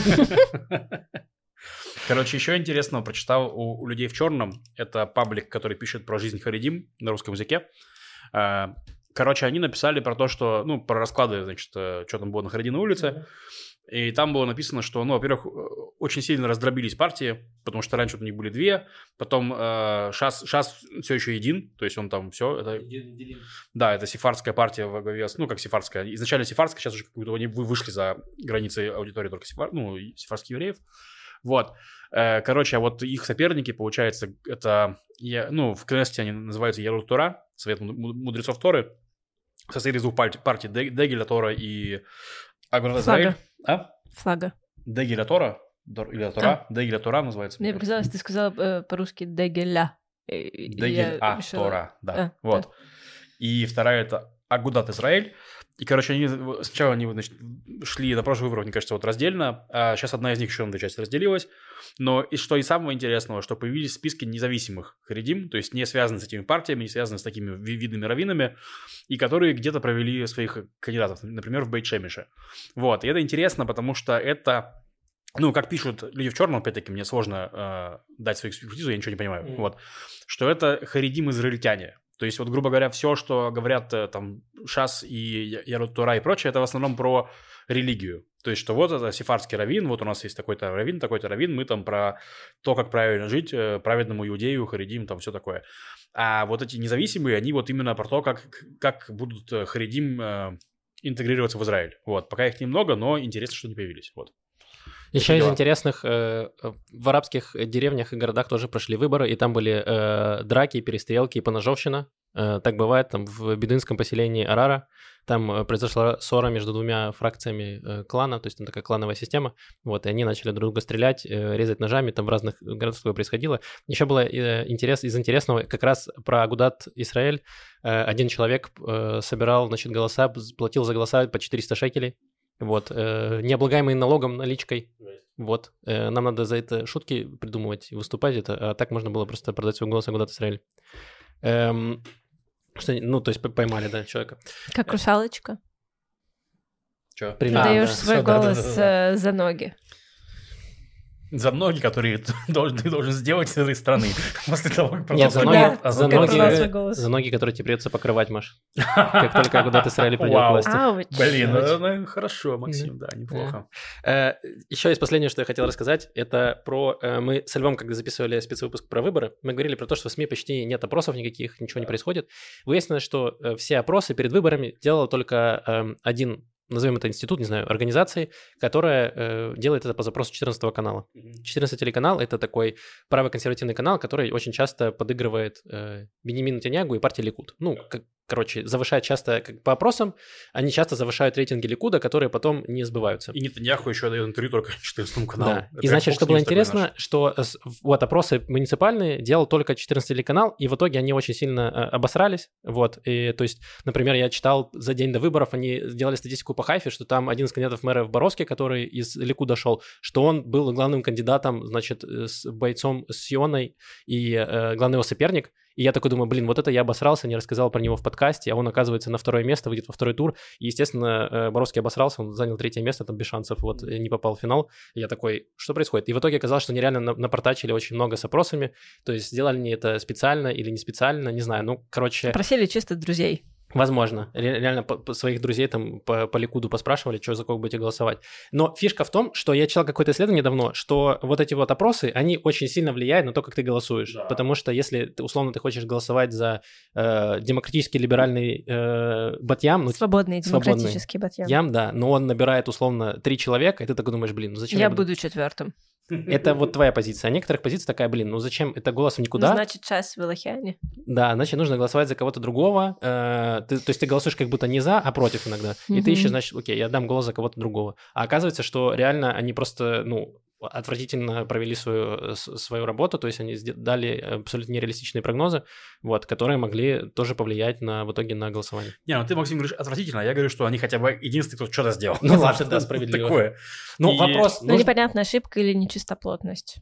Короче, еще интересного прочитал у, у людей в черном. Это паблик, который пишет про жизнь харидим на русском языке. Короче, они написали про то, что, ну, про расклады, значит, что там было на харидимной улице. И там было написано, что, ну, во-первых, очень сильно раздробились партии, потому что раньше вот у них были две. Потом э, ШАС, ШАС все еще един, то есть он там все. Это, да, это сефардская партия во главе, ну, как сефардская. Изначально сефардская, сейчас уже как-то они вышли за границы аудитории только сефар, ну, сефардских евреев. Вот. Короче, а вот их соперники, получается, это, ну, в Кнессете они называются Ярут Тора, Совет мудрецов Торы, состоит из двух партий, Дегеля Тора и Агунат Израиль. А? Флага. Дегеля Тора, или Тора, а? Дегеля Тора называется. Мне показалось, ты сказал э, по-русски Дегеля. Дегель А решила... Тора, да. А, вот. Да. И вторая это Агудат Израиль. И, короче, они сначала они, значит, шли на прошлый выбор, мне кажется, вот раздельно, а сейчас одна из них еще на две части разделилась. Но и что и самого интересного, что появились списки независимых харидим, то есть не связаны с этими партиями, не связаны с такими видными раввинами, и которые где-то провели своих кандидатов, например, в Бейт-Шемише. Вот, и это интересно, потому что это... Ну, как пишут люди в черном, опять-таки, мне сложно э, дать свою экспертизу, я ничего не понимаю. Mm. Вот, что это харидим-израильтяне. То есть, вот, грубо говоря, все, что говорят там ШАС и Ярут Тора и прочее, это в основном про религию. То есть, что вот это сефардский раввин, вот у нас есть такой-то раввин, такой-то раввин, мы там про то, как правильно жить, праведному иудею, харидим, там все такое. А вот эти независимые, они вот именно про то, как, как будут харидим э, интегрироваться в Израиль. Вот, пока их немного, но интересно, что они появились. Вот. Еще из интересных, э, в арабских деревнях и городах тоже прошли выборы, и там были э, драки, перестрелки и поножовщина. Э, так бывает там в бедуинском поселении Арара. Там произошла ссора между двумя фракциями э, клана, то есть там такая клановая система. Вот, и они начали друг друга стрелять, э, резать ножами, там в разных городах такое происходило. Еще было э, интерес, из интересного как раз про Агудат Исраэль. Э, один человек э, собирал, значит, голоса, платил за голоса по четыреста шекелей. Вот, э, необлагаемый налогом, наличкой. Вот, э, нам надо за это шутки придумывать и выступать, это, а так можно было просто продать свой голос Агудат Исраэль. Эм, что, ну, то есть поймали, да, человека. Как русалочка. Чё? Примерно, Даешь да. свой Всё, да, голос да, да, да. э, за ноги. За ноги, которые ты должен, ты должен сделать из этой страны после того, как Нет, за продал ноги, свой- а за, как ноги, продал свой голос. за ноги, которые тебе придется покрывать, Маш. Как только Агудат Исраэль придет к Вау. власти. Ауч. Блин, Давайте. ну, ну, хорошо, Максим, да, неплохо. Э, Еще есть последнее, что я хотел рассказать. Это про... э, Мы с Львом, когда записывали спецвыпуск про выборы, мы говорили про то, что в СМИ почти нет опросов никаких, ничего не происходит. Выяснилось, что э, все опросы перед выборами делал только э, один, назовем это институт, не знаю, организации, которая э, делает это по запросу четырнадцатого канала. четырнадцатый телеканал — это такой правый-консервативный канал, который очень часто подыгрывает э, Беньямину Нетаньяху и партии Ликуд. Ну, как, короче, завышает часто, как по опросам, они часто завышают рейтинги Ликуда, которые потом не сбываются. И Нетаньяху еще дает интервью только четырнадцатому каналу. Да. Это И значит, как что Fox было News такой интересно, наш. что э, с- вот опросы муниципальные делал только четырнадцатый телеканал, и в итоге они очень сильно э, обосрались. Вот. И, то есть, например, я читал за день до выборов, они сделали статистику по Хайфе, что там один из кандидатов мэра в Боровске, который из Ликуда шел, что он был главным кандидатом, значит, э, с бойцом Сионой и э, главный его соперник. И я такой думаю, блин, вот это я обосрался, не рассказал про него в подкасте, а он, оказывается, на второе место, выйдет во второй тур. И, естественно, э, Боровский обосрался, он занял третье место, там без шансов, вот, э, не попал в финал. И я такой, что происходит? И в итоге оказалось, что они реально на- напортачили очень много с опросами, то есть сделали они это специально или не специально, не знаю. Ну, короче, Просили чисто друзей. возможно. Ре- Реально по- по своих друзей там по, по Ликуду поспрашивали, что за кого будете голосовать. Но фишка в том, что я читал какое-то исследование давно, что вот эти вот опросы, они очень сильно влияют на то, как ты голосуешь. Да. Потому что если, ты, условно, ты хочешь голосовать за э, демократический либеральный э, Батьям, ну, Свободный свободный. демократический батьян. Ям, да, но он набирает, условно, три человека, и ты такой думаешь, блин, ну зачем Я буду... буду четвертым. Это вот твоя позиция. А некоторых позиция такая, блин, ну зачем, это голосом никуда. Ну, значит, час в Вилохиане. Да, значит, нужно голосовать за кого-то другого. Э, ты- то есть ты голосуешь как будто не за, а против иногда. И Мгм. ты ищешь, значит, окей, я дам голос за кого-то другого. А оказывается, что реально они просто, ну, отвратительно провели свою, с- свою работу, то есть они сде- дали абсолютно нереалистичные прогнозы, вот, которые могли тоже повлиять на, в итоге на голосование. Не, ну ты, Максим, говоришь отвратительно, а я говорю, что они хотя бы единственные, кто что-то сделал. Ну ладно, да, справедливо. Такое. Ну, И- вопрос... Ну, нужно- непонятная ошибка или нечистоплотность.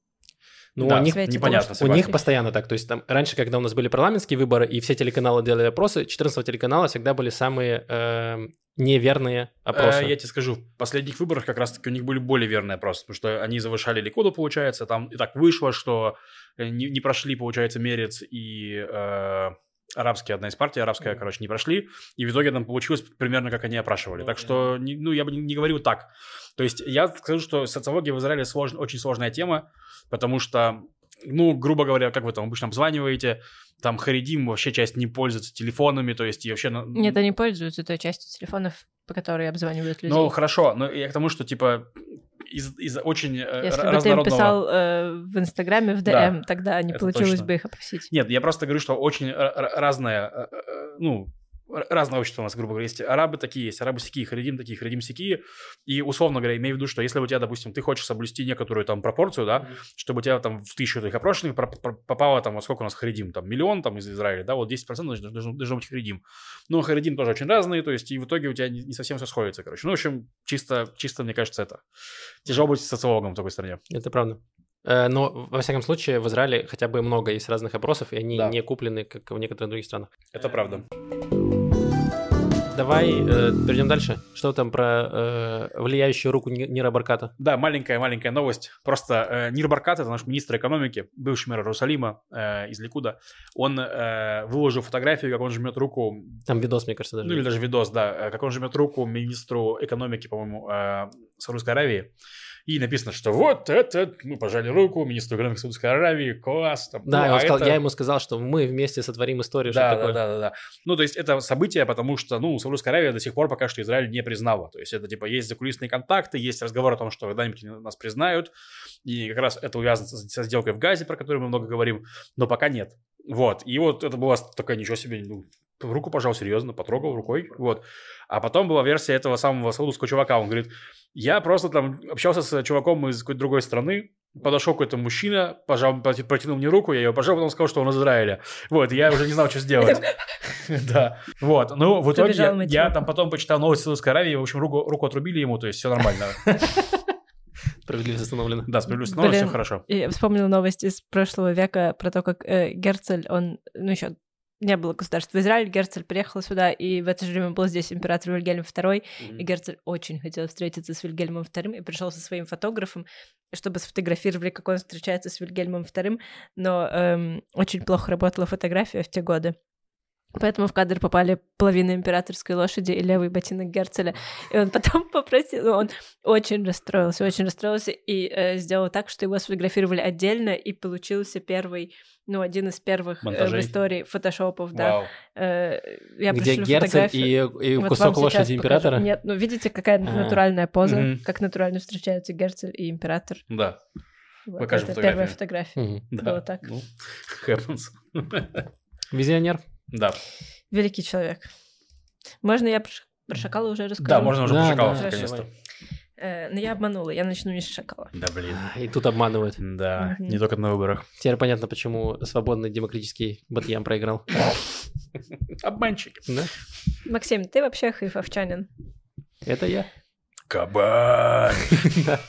Ну, Да, у них, Свете, непонятно, у согласен. них постоянно так. То есть там раньше, когда у нас были парламентские выборы, и все телеканалы делали опросы, четырнадцатого телеканала всегда были самые э, неверные опросы. Э, Я тебе скажу, в последних выборах как раз-таки у них были более верные опросы, потому что они завышали Ликуду, получается, там и так вышло, что э, не, не прошли, получается, Мерец и э, арабские, одна из партий, арабская, короче, не прошли, и в итоге там получилось примерно, как они опрашивали. Так что, не- ну, я бы не, не говорил так. То есть я скажу, что социология в Израиле слож- очень сложная тема, потому что, ну, грубо говоря, как вы там обычно обзваниваете, там харидим вообще часть не пользуется телефонами, то есть и вообще... на- Нет, они пользуются той частью телефонов, по которой обзванивают людей. Ну, хорошо, но я к тому, что, типа, из, из очень э, Если бы ты им разнородного... писал э, в Инстаграме, в Да, ДМ, тогда не это получилось точно. бы их опросить. Нет, я просто говорю, что очень р- р- разное, э, э, ну, р- разное общество у нас, грубо говоря, есть арабы такие, есть арабы сякие, харидим такие, харидим сякие, и, условно говоря, имею в виду, что если у тебя, допустим, ты хочешь соблюсти некоторую там пропорцию, да, чтобы у тебя там в тысячу твоих опрошенных про- про- попало там, вот сколько у нас харидим, там, миллион там из Израиля, да, вот десять процентов должно, должно- должно быть харидим. Но харидим тоже очень разные, то есть, и в итоге у тебя не, не совсем все сходится, короче. Ну, в общем, чисто, чисто, мне кажется, это тяжело быть социологом в такой стране. Это правда. Э, Но, во всяком случае, в Израиле хотя бы много есть разных опросов, и они Да. не куплены, как в некоторых других странах. Это правда. давай э, перейдем дальше. Что там про э, влияющую руку Нира Барката? Да, маленькая-маленькая новость. Просто э, Нир Баркат, это наш министр экономики, бывший мэр Иерусалима э, из Ликуда, он э, выложил фотографию, как он жмет руку... Там видос, мне кажется, даже. Ну или даже видос, да. Как он жмет руку министру экономики, по-моему, э, Саудовской Аравии. И написано, что вот это, мы пожали руку министру экономики Саудовской Аравии, класс. Там, да, ну, я, а сказал, это... я ему сказал, что мы вместе сотворим историю. Да, что да, такое. да, да, да. Ну, то есть это событие, потому что, ну, Саудовская Аравия до сих пор пока что Израиль не признала. То есть это, типа, есть закулисные контакты, есть разговор о том, что когда-нибудь нас признают. И как раз это увязано со сделкой в Газе, про которую мы много говорим, но пока нет. Вот. И вот это была такая, ничего себе, ну, руку пожал, серьезно, потрогал рукой, вот. А потом была версия этого самого саудовского чувака, он говорит, я просто там общался с чуваком из какой-то другой страны, подошел какой-то мужчина, пожал, протянул мне руку, я ее пожал, потом сказал, что он из Израиля. Вот, я уже не знал, что сделать. Да, вот. Ну, в итоге я там потом почитал новости Саудовской Аравии, в общем, руку отрубили ему, то есть все нормально. Справедливость установлена. Да, справедливость установлена, все хорошо. Я вспомнила новость из прошлого века про то, как Герцель, он, ну, еще не было государства Израиль, Герцель приехал сюда, и в это же время был здесь император Вильгельм второй, mm-hmm. и Герцель очень хотел встретиться с Вильгельмом вторым, и пришел со своим фотографом, чтобы сфотографировали, как он встречается с Вильгельмом вторым, но эм, очень плохо работала фотография в те годы. Поэтому в кадр попали половина императорской лошади и левый ботинок Герцеля. И он потом попросил, ну, он очень расстроился, очень расстроился, и э, сделал так, что его сфотографировали отдельно, и получился первый, ну, один из первых э, в истории фотошопов, да. Э, я Где Герцель и, и вот кусок лошади императора? Покажу. Нет, ну, видите, какая А-а-а. натуральная поза, mm-hmm. как натурально встречаются Герцель и император. Да. Вот, покажем это фотографию. Первая фотография. Mm-hmm. Да. Было так. Ну, happens. Визионер. Да. Великий человек. Можно я про, про шакала уже расскажу? Да, можно уже да, про шакала, да, наконец-то. Э, но я обманула, я начну не с шакала. Да, блин. И тут обманывают. Да, Мгм. не только на выборах. Теперь понятно, почему свободный демократический Батьям проиграл. Обманщики. Да? Максим, ты вообще хайфовчанин. Это я. Кабан. Да.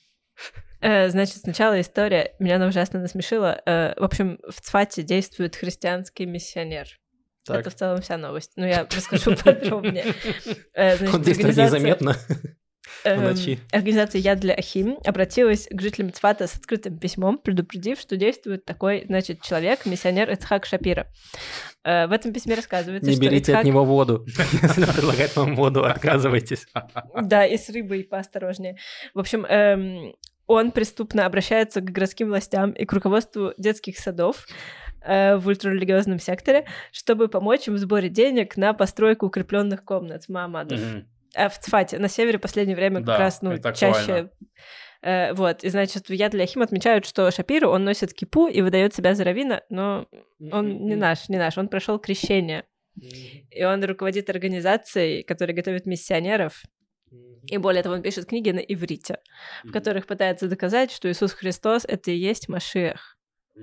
Э, значит, сначала история, меня она ужасно насмешила. Э, в общем, в Цфате действует христианский миссионер. Так. Это в целом вся новость. Ну, я расскажу подробнее. Э, значит, Он действует организация- незаметно. Эм, в ночи. Организация «Яд для Ахим» обратилась к жителям Цфата с открытым письмом, предупредив, что действует такой, значит, человек, миссионер Ицхак Шапира. Э, в этом письме рассказывается, Не что берите Ицхак- от него воду. Если он предлагает вам воду, отказывайтесь. Да, и с рыбой поосторожнее. В общем, эм, он преступно обращается к городским властям и к руководству детских садов э, в ультрарелигиозном секторе, чтобы помочь им в сборе денег на постройку укрепленных комнат Муаммадов. Мгм. А в Цфате, на севере, в последнее время Да, как раз, ну, это чаще... актуально. Э, вот, и, значит, в Яд Ляхим отмечают, что Шапиру, он носит кипу и выдает себя за раввина, но он не наш, не наш, он прошел крещение. И он руководит организацией, которая готовит миссионеров. И более того, он пишет книги на иврите, в которых пытается доказать, что Иисус Христос — это и есть Машиах.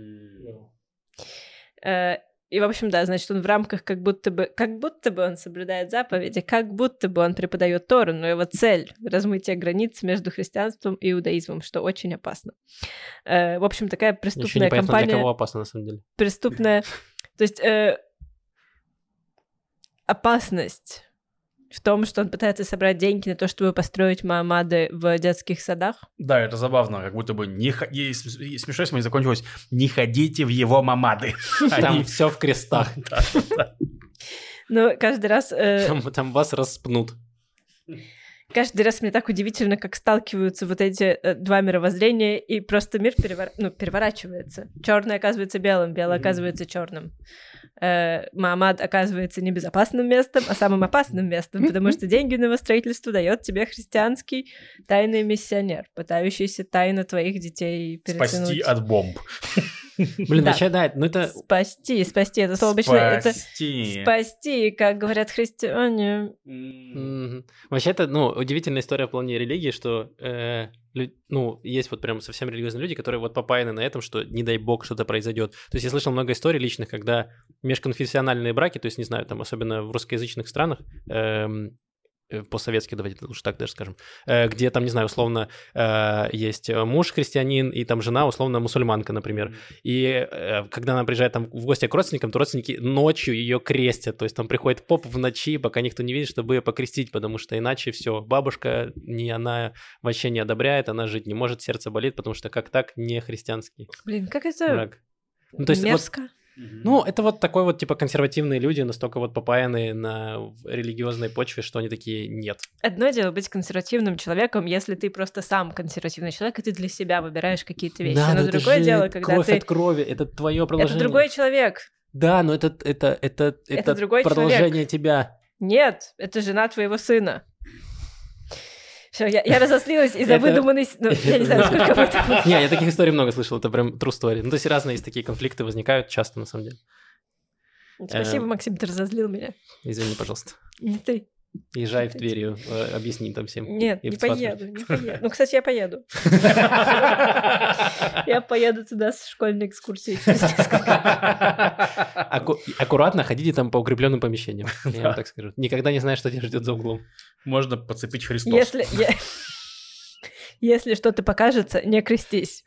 Э, И, в общем, да, значит, он в рамках как будто бы, как будто бы он соблюдает заповеди, как будто бы он преподает Тору, но его цель — размытие границ между христианством и иудаизмом, что очень опасно. Э, В общем, такая Еще преступная непонятно, для кампания... кого опасно, на самом деле. Преступная... То есть э, опасность в том, что он пытается собрать деньги на то, чтобы построить Муаммады в детских садах. Да, это забавно, как будто бы не х- и с- и смешно, если закончилось «не ходите в его мамады». Там Они- все в крестах. Да, да, да. Но каждый раз... э, Там, там вас распнут. Каждый раз мне так удивительно, как сталкиваются вот эти э, два мировоззрения, и просто мир перевор... ну, переворачивается. Черное оказывается белым, белое Мгм. оказывается черным. Э, Муаммад оказывается не безопасным местом, а самым опасным местом, потому что деньги на его строительство дает тебе христианский тайный миссионер, пытающийся тайно твоих детей перетянуть. Спасти от бомб. Блин, Да. вообще, да, ну это... Спасти, спасти, это слово обычно... Это Спасти. спасти, как говорят христиане. Мгм. Вообще, это, ну, удивительная история в плане религии, что, э, лю- ну, есть вот прям совсем религиозные люди, которые вот попаяны на этом, что не дай бог что-то произойдет. То есть я слышал много историй личных, когда межконфессиональные браки, то есть, не знаю, там, особенно в русскоязычных странах, эм, постсоветских, давайте лучше так даже скажем, где там, не знаю, условно есть муж христианин и там жена, условно, мусульманка, например. И когда она приезжает там в гости к родственникам, то родственники ночью ее крестят, то есть там приходит поп в ночи, пока никто не видит, чтобы ее покрестить, потому что иначе все, бабушка, не она вообще не одобряет, она жить не может, сердце болит, потому что как так не христианский. Блин, как это брак. Ну, то есть мерзко. Вот, ну, это вот такой вот, типа, консервативные люди, настолько вот попаянные на религиозной почве, что они такие, нет. Одно дело быть консервативным человеком, если ты просто сам консервативный человек, и ты для себя выбираешь какие-то вещи. Да, но но другое это дело, же когда кровь ты... от крови, это твое продолжение. Это другой человек. Да, но это, это, это, это, Это другой продолжение человек. тебя. Нет, это жена твоего сына. Все, я, я разозлилась из-за Это- выдуманной... с- Ну, я не знаю, сколько вы там... Не, я таких историй много слышал, это прям true story. Ну, то есть разные есть такие конфликты возникают часто, на самом деле. Спасибо, Эм. Максим, ты разозлил меня. Извини, пожалуйста. Не ты. Езжай в Тверью, э, объясни там всем. Нет, И не в Сватове. поеду, не поеду. Ну, кстати, я поеду. Я поеду туда с школьной экскурсией через несколько... Аку- Аккуратно ходите там по укрепленным помещениям, я вам так скажу. Никогда не знаешь, что тебя ждет за углом. Можно подцепить Христос. Если... я- Если что-то покажется, не крестись.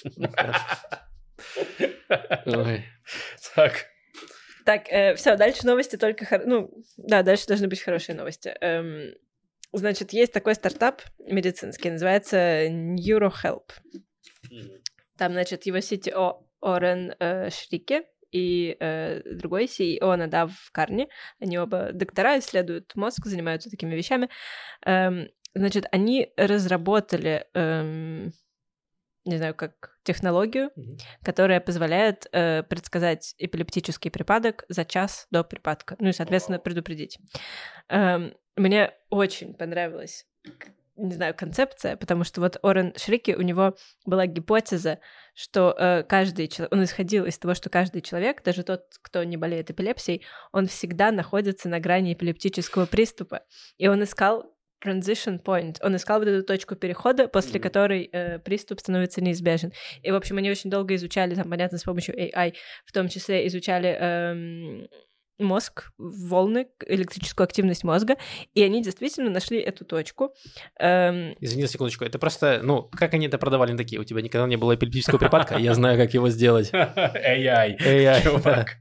Ой. Так. Так, все, дальше новости только... хор- Ну, да, дальше должны быть хорошие новости. Эм, Значит, есть такой стартап медицинский, называется NeuroHelp. Там, значит, его си ти о Орен э, Шрике и э, другой си и о Надав Карни. Они оба доктора, исследуют мозг, занимаются такими вещами. Эм, значит, они разработали, эм, не знаю, как технологию, Мгм. которая позволяет э, предсказать эпилептический припадок за час до припадка, ну и, соответственно, предупредить. Эм, Мне очень понравилась, к- не знаю, концепция, потому что вот Орен Шрики, у него была гипотеза, что э, каждый человек, он исходил из того, что каждый человек, даже тот, кто не болеет эпилепсией, он всегда находится на грани эпилептического приступа, и он искал transition point, он искал вот эту точку перехода, после Мгм. которой э, приступ становится неизбежен. И, в общем, они очень долго изучали, там, понятно, с помощью эй ай, в том числе изучали эм, мозг, волны, электрическую активность мозга, и они действительно нашли эту точку. Эм, Извини на секундочку, это просто, ну, как они это продавали, они такие, у тебя никогда не было эпилептического припадка, я знаю, как его сделать. эй ай. эй ай, Чувак.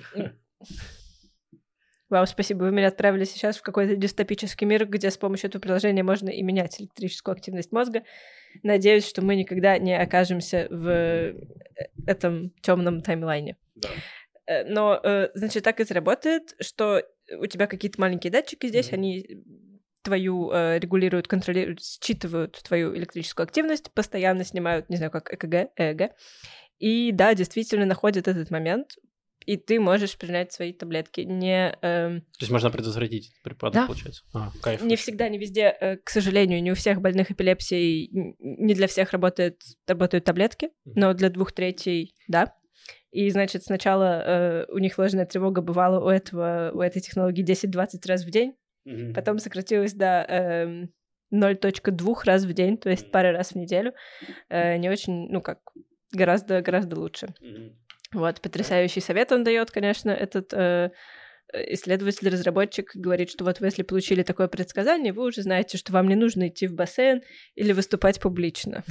Вау, спасибо, вы меня отправили сейчас в какой-то дистопический мир, где с помощью этого приложения можно и менять электрическую активность мозга. Надеюсь, что мы никогда не окажемся в э, этом темном таймлайне. Да. Э, Но, э, значит, так это работает, что у тебя какие-то маленькие датчики здесь, Мгм. они твою э, регулируют, контролируют, считывают твою электрическую активность, постоянно снимают, не знаю, как ЭКГ, ЭЭГ. И да, действительно находят этот момент, и ты можешь принять свои таблетки. Не, эм, То есть можно предотвратить припадок, Да. получается. А, кайф. не всегда, не везде, э, к сожалению, не у всех больных эпилепсией, н- не для всех работает, работают таблетки, но для двух третей — да. И, значит, сначала э, у них ложная тревога бывала у, этого, у этой технологии десять-двадцать раз в день, Мгм. потом сократилось до эм, ноль целых два раз в день, то есть пары раз в неделю. Э, не очень, ну как, гораздо, гораздо лучше. Мгм. Вот, потрясающий совет он дает, конечно, этот э, исследователь-разработчик говорит, что вот вы, если получили такое предсказание, вы уже знаете, что вам не нужно идти в бассейн или выступать публично.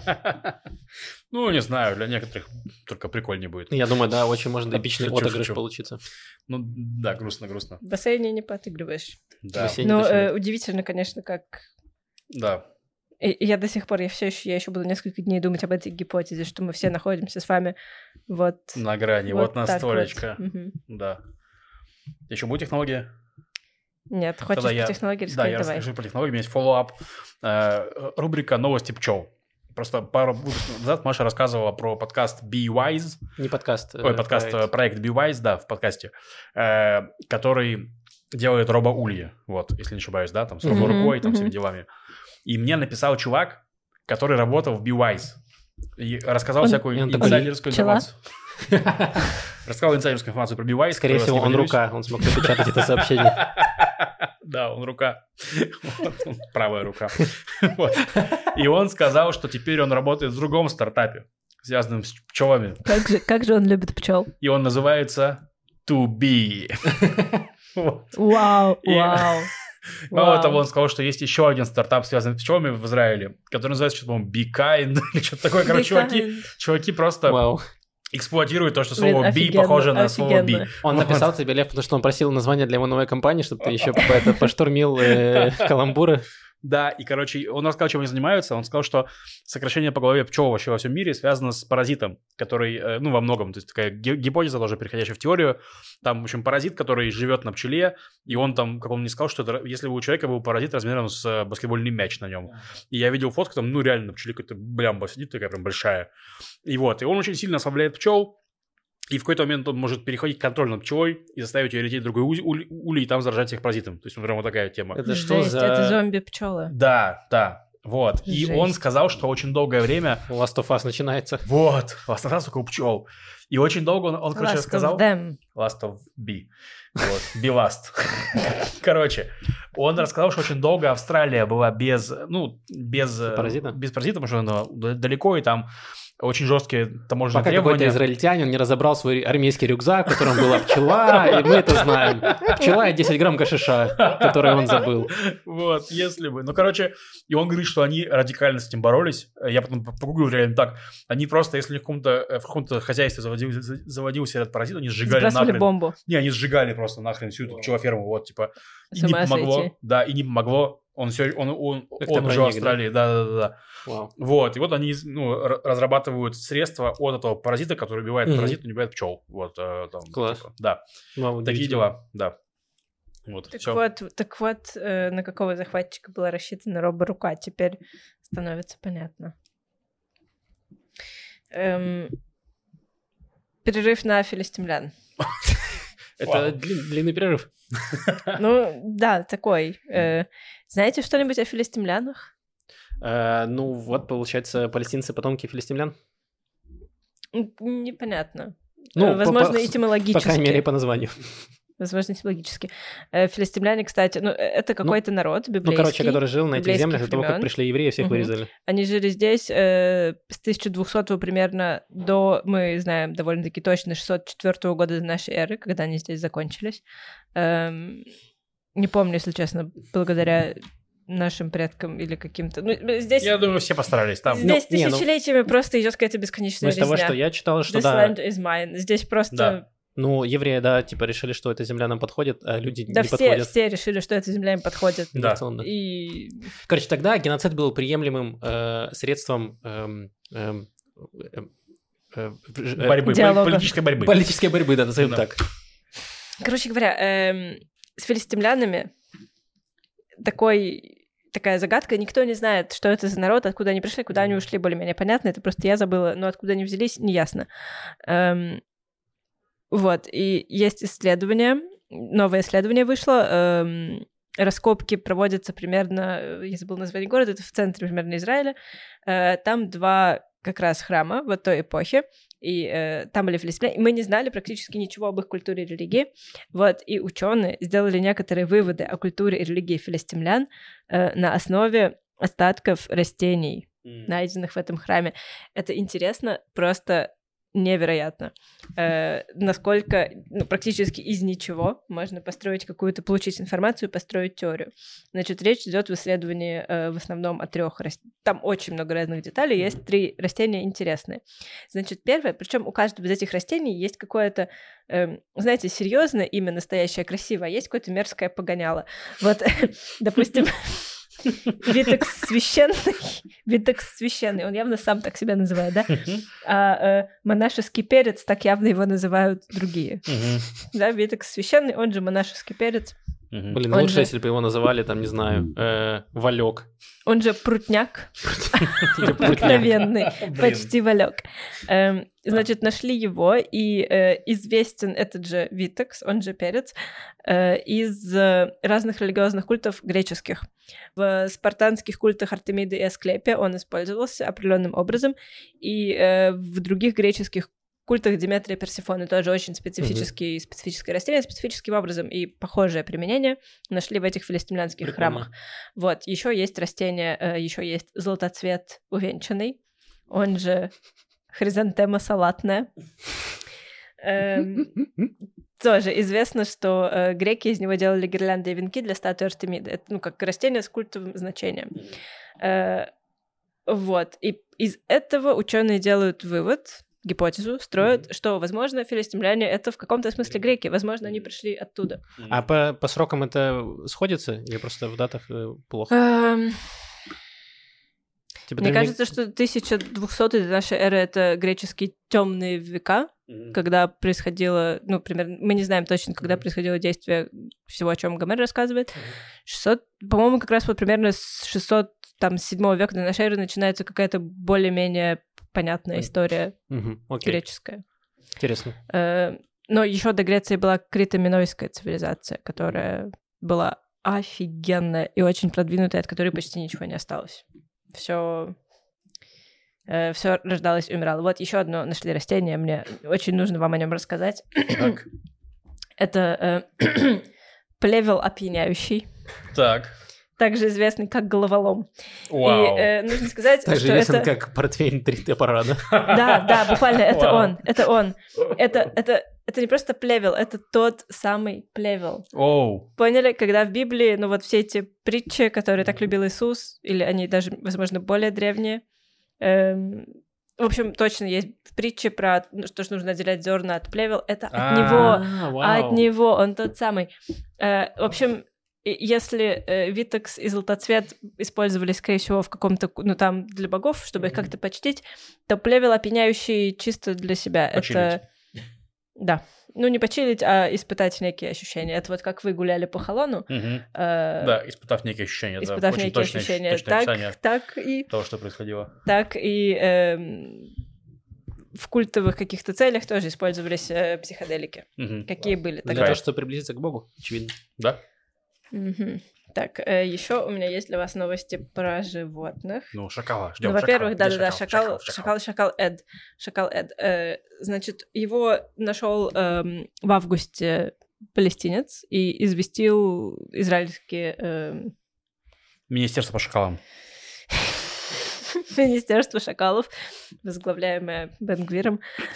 Ну, не знаю, для некоторых только прикольнее будет. Я думаю, да, очень может эпичный Шучу, отыгрыш шучу. получиться. Ну, да, грустно-грустно. В бассейне не поотыгрываешь. Да, бассейне Но точно э, нет. удивительно, конечно, как... да. И и я до сих пор, я все еще, я еще буду несколько дней думать об этой гипотезе, что мы все находимся с вами вот... На грани, вот, так настолечко. вот. Мгм. Да. Еще будет технология? Нет, хочешь Тогда про я- технологии Да, рассказать? я Давай. расскажу про технологию. У меня есть фоллоуап. Э, Рубрика «Новости пчел». Просто пару выпусков назад Маша рассказывала про подкаст Be Wise. Не подкаст. Ой, э, подкаст, проект. э, проект Be Wise, да, в подкасте, э, который делает Роба Улья, вот, если не ошибаюсь, да, там, с Мгм, роборукой, там, всеми мгм. делами. И мне написал чувак, который работал в Be Wise, и рассказал Он- всякую и он такой, инсайдерскую пчела? информацию. Рассказал инсайдерскую информацию про Be Wise. Скорее которую я всего, с он ним поделюсь. рука, он смог напечатать это сообщение. Да, он рука. Вот, он правая рука. Вот. И он сказал, что теперь он работает в другом стартапе, связанном с пчелами. Как же, как же он любит пчел. И он называется To Be. Вот. Вау, И- вау. Мало Вау. того, он сказал, что есть еще один стартап, связанный с пчелами в Израиле, который называется что-то, по-моему, Be Kind или что-то такое. Короче, чуваки, чуваки просто Вау. эксплуатируют то, что Блин, слово «би» офигенно, похоже на слово «би». офигенно. Он Вот. написал тебе, Лев, потому что он просил название для его новой компании, чтобы ты еще по- это поштурмил э, каламбуры. Да, и, короче, он рассказал, чем они занимаются. Он сказал, что сокращение по голове пчел вообще во всем мире связано с паразитом, который, э, ну, во многом, то есть такая ге- гипотеза тоже переходящая в теорию. Там, в общем, паразит, который живет на пчеле, и он там, как он мне сказал, что это, если бы у человека был паразит размером с э, баскетбольный мяч на нем. И я видел фотку, там, ну, реально на пчеле какая-то блямба сидит, такая прям большая. И вот, и он очень сильно ослабляет пчел. И в какой-то момент он может переходить контроль над пчелой и заставить ее лететь в другой улей, улей, улей и там заражать всех паразитом. То есть, ну, прям вот такая тема. Это что Жесть, за это зомби-пчела. Да, да, вот. И Жесть. он сказал, что очень долгое время... Last of Us начинается? Вот, Last of Us только у пчел. И очень долго он, он короче, Last of сказал... them. Last of Bee. Вот, Be Last. Короче, он рассказал, что очень долго Австралия была без, ну, без... Паразита? Без паразита, потому что она далеко, и там очень жесткие таможенные Пока требования. какой-то израильтянин не разобрал свой армейский рюкзак, в котором была пчела, и мы это знаем. Пчела и десять грамм гашиша, которые он забыл. Вот, если бы. Ну, короче, и он говорит, что они радикально с этим боролись. Я потом погуглил реально так. Они просто, если в каком-то, в каком-то хозяйстве заводился, заводился этот паразит, они сжигали Сбрасывали нахрен. бомбу. Не, они сжигали просто нахрен всю эту пчелоферму, вот, типа. И С не ума помогло. сойти. Да, и не помогло. Он все, он, он, Как-то он уже в проник, Австралии, да-да-да. Вау. Вот, и вот они ну, р- разрабатывают средства от этого паразита, который убивает Мгм. паразит, но не убивает пчел. Вот, э, там, Класс. типа, да, Вау, такие удивительно. дела, да. Вот, Так всё. вот, так вот, э, на какого захватчика была рассчитана роборука, теперь становится понятно. Эм, перерыв на филистимлян. Это Вау. дли- длинный перерыв. Ну, да, такой. Э, знаете что-нибудь о филистимлянах? Э, Ну, вот, получается, палестинцы потомки филистимлян. М, Непонятно. Ну, Э, Возможно, по- по- этимологически. По крайней мере, по названию. Возможно, этимологически. Э, Филистимляне, кстати, ну, э, это какой-то народ Ну, библейский. короче, который жил на этих библейских землях до того, как времен. пришли евреи, всех Мгм. вырезали. Они жили здесь э, с тысяча двухсотого примерно до, мы знаем довольно-таки точно, шестьсот четвёртого года до нашей эры, когда они здесь закончились. Эм, не помню, если честно, благодаря нашим предкам или каким-то... Ну, здесь Я думаю, все постарались там. здесь Ну, не, ну- тысячелетиями просто идет какая-то бесконечная Но из того, резня. что я читал, что This да, land is mine. Здесь просто... Да. ну, евреи, да, типа решили, что эта земля нам подходит, а люди Да не все, подходят. все решили, что эта земля им подходит. Да. Традиционно. И Короче, тогда геноцид был приемлемым э, средством эм, эм, эм, э, э, Борьбы, диалога. поли- политической борьбы. политической борьбы, да, назовем Да. так. Короче говоря, эм, с филистимлянами такой, такая загадка. Никто не знает, что это за народ, откуда они пришли, куда они ушли, более-менее понятно. Это просто я забыла, но откуда они взялись, неясно. Эм, вот, и есть исследование, новое исследование вышло. эм, раскопки проводятся примерно, э, я забыла название города, это в центре примерно Израиля. Э, там два как раз храма в той эпохе, и э, там были филистимляне, и мы не знали практически ничего об их культуре и религии. Вот, и ученые сделали некоторые выводы о культуре и религии филистимлян э, на основе остатков растений, найденных в этом храме. Это интересно, просто невероятно. Э, насколько, ну, практически из ничего можно построить какую-то, получить информацию, построить теорию. Значит, речь идет в исследовании э, в основном о трех растениях. Там очень много разных деталей, есть три растения интересные. Значит, первое, причем у каждого из этих растений есть какое-то, э, знаете, серьезное имя, настоящее, красивое, а есть какое-то мерзкое погоняло. Вот, допустим, Витекс священный, Витекс священный, он явно сам так себя называет, да? А э, монашеский перец, так явно его называют другие. Да, Витекс священный, он же монашеский перец, Блин, Он лучше, же- если бы его называли, там, не знаю, э, Валек. он же прутняк, Или Прутняк. обыкновенный, Блин. почти валек. Эм, значит, нашли его, и э, известен этот же Витекс, он же перец, э, из э, разных религиозных культов греческих. В спартанских культах Артемиды и Асклепия он использовался определенным образом, и э, в других греческих культах Деметрия и Персефоны тоже очень специфический, специфическое растение, специфическим образом и похожее применение нашли в этих филистимлянских Прикольно. храмах. Вот, еще есть растение, еще есть золотоцвет увенчанный, он же хризантема салатная. Эм, Тоже известно, что э, греки из него делали гирлянды и венки для статуи Артемиды. Это, ну, как растение с культовым значением. Э, Вот. И из этого ученые делают вывод, гипотезу, строят, mm-hmm. что, возможно, филистимляне — это в каком-то смысле греки. Возможно, они пришли оттуда. А по, по срокам это сходится? Или просто в датах э, плохо? Эм... Типа, Мне для кажется, что тысяча двухсотые до нашей эры — это греческие темные века, mm-hmm. когда происходило, ну, примерно, мы не знаем точно, когда mm-hmm. происходило действие всего, о чем Гомер рассказывает. Mm-hmm. шестьсот, по-моему, как раз вот примерно с шестьсот седьмого века до нашей эры начинается какая-то более-менее понятная история mm-hmm. okay. греческая. Интересно. Э, но еще до Греции была крито-минойская цивилизация, которая была офигенная и очень продвинутая, от которой почти ничего не осталось. Все, э, все рождалось и умирало. Вот еще одно нашли растение, мне очень нужно вам о нем рассказать. Так. Это э, плевел опьяняющий. Так. Также известный как головолом. Вау. И э, нужно сказать, Также что известен это... как портфель три топора, да? Да, да, буквально, это Вау. он, это он. Это, это, это не просто плевел, это тот самый плевел. Оу. Поняли, когда в Библии, ну вот все эти притчи, которые так любил Иисус, или они даже, возможно, более древние, эм, в общем, точно есть притчи про ну, что, что нужно отделять зерна от плевел, это от А, него, вау. от него, он тот самый. Э, в общем, и если э, витекс и золотоцвет использовались, скорее всего, в каком-то, ну, там, для богов, чтобы их как-то почтить, то плевел опьяняющий чисто для себя. Почилить. Это... Да. Ну, не почилить, а испытать некие ощущения. Это вот как вы гуляли по Холону. Угу. Э... Да, испытав некие ощущения. Испытав да, очень некие точное, ощущения. точное Так, описание так и... того, что происходило. Так и... Эм... В культовых каких-то целях тоже использовались э, психоделики. Угу. Какие были Для тогда. того, чтобы приблизиться к Богу, очевидно. Да? Угу. Так, э, еще у меня есть для вас новости про животных. Ну, шакала, ждем. Ну, во-первых, шакала. Где да-да-да, шакал, шакал, шакал, шакал Эд. Шакал Эд. Э, значит, его нашел эм, в августе палестинец и известил израильские... эм, Министерство по шакалам. Министерство шакалов, возглавляемое Бен-Гвиром.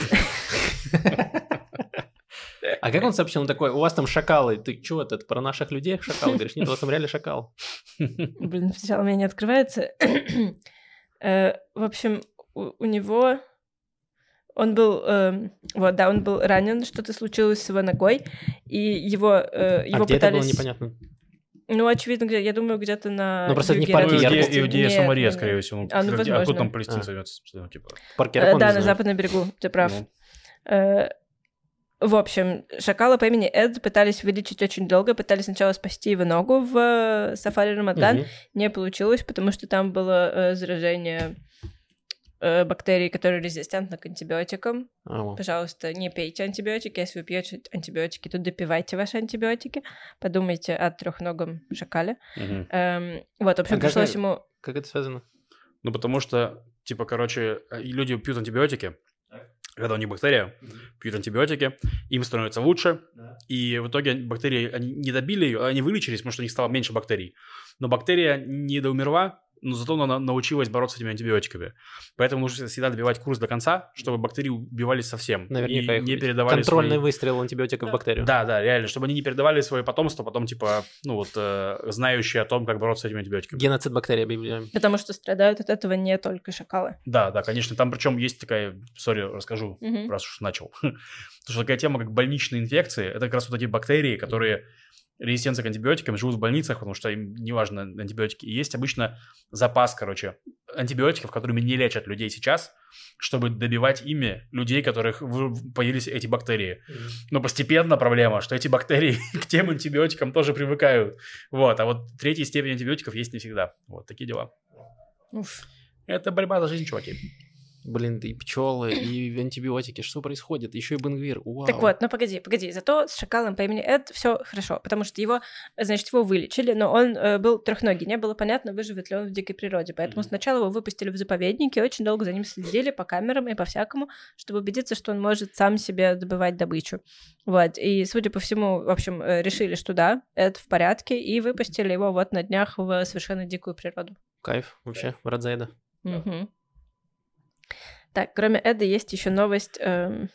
А как он сообщил? Он такой, у вас там шакалы. Ты чё, это про наших людей шакал? Говоришь, нет, у вас там реально шакал. Блин, сначала у меня не открывается. Э, В общем, у у него... Он был... эм, Вот, да, он был ранен, что-то случилось с его ногой, и его э, А его где это было, пытались... непонятно. Ну, очевидно, где, я думаю, где-то на... Ну, просто это не юге парк Арабской Иерусалим. пустыни. Иудея, Нет, Самария, нет, скорее нет. всего. А, ну, Где- возможно. Откуда там Палестина А. зовется? Ну, типа. Парк Э, Иракон, Да, не на знаю. западном берегу, ты прав. Ну. Э, В общем, шакалы по имени Эд пытались увеличить очень долго, пытались сначала спасти его ногу в э, сафари Рамадан. Мгм. Не получилось, потому что там было э, заражение э, бактерий, которые резистентны к антибиотикам. А, вот. Пожалуйста, не пейте антибиотики. Если вы пьете антибиотики, то допивайте ваши антибиотики. Подумайте о трехногом шакале. Мгм. Эм, вот, в общем, А как пришлось это- ему... Как это связано? Ну, потому что, типа, короче, и люди пьют антибиотики, когда у них бактерия, пьют антибиотики, им становится лучше, и в итоге бактерии, они не добили ее, они вылечились, потому что у них стало меньше бактерий. Но бактерия не доумерла, но зато она научилась бороться с этими антибиотиками. Поэтому нужно всегда добивать курс до конца, чтобы бактерии убивались совсем. Наверняка и их не передавали контрольный свои... выстрел антибиотика в бактерию. Да, да, реально, чтобы они не передавали свое потомство, потом, типа, ну вот, э, знающие о том, как бороться с этими антибиотиками. Геноцид бактерий объявляем. Потому что страдают от этого не только шакалы. Да, да, конечно, там причем есть такая, сори, расскажу, Мгм. раз уж начал. Потому что такая тема, как больничные инфекции, это как раз вот эти бактерии, которые резистентны к антибиотикам, живут в больницах, потому что им не важно антибиотики. И есть обычно запас, короче, антибиотиков, которыми не лечат людей сейчас, чтобы добивать ими людей, которых в- появились эти бактерии. Но постепенно проблема, что эти бактерии к тем антибиотикам тоже привыкают. Вот, а вот третья степень антибиотиков есть не всегда. Вот такие дела. Уф. Это борьба за жизнь, чуваки. Блин, и пчелы, и антибиотики. Что происходит? Еще и Бен-Гвир. Вау. Так вот, ну погоди, погоди. Зато с шакалом по имени Эд все хорошо, потому что его, значит, его вылечили, но он э, был трехногий, не было понятно, выживет ли он в дикой природе. Поэтому Мгм. сначала его выпустили в заповедник и очень долго за ним следили по камерам и по всякому, чтобы убедиться, что он может сам себе добывать добычу. Вот. И, судя по всему, в общем, э, решили, что да, Эд в порядке, и выпустили его вот на днях в совершенно дикую природу. Кайф, вообще, рад за это. Мгм. Так, кроме Эда есть еще новость. эм,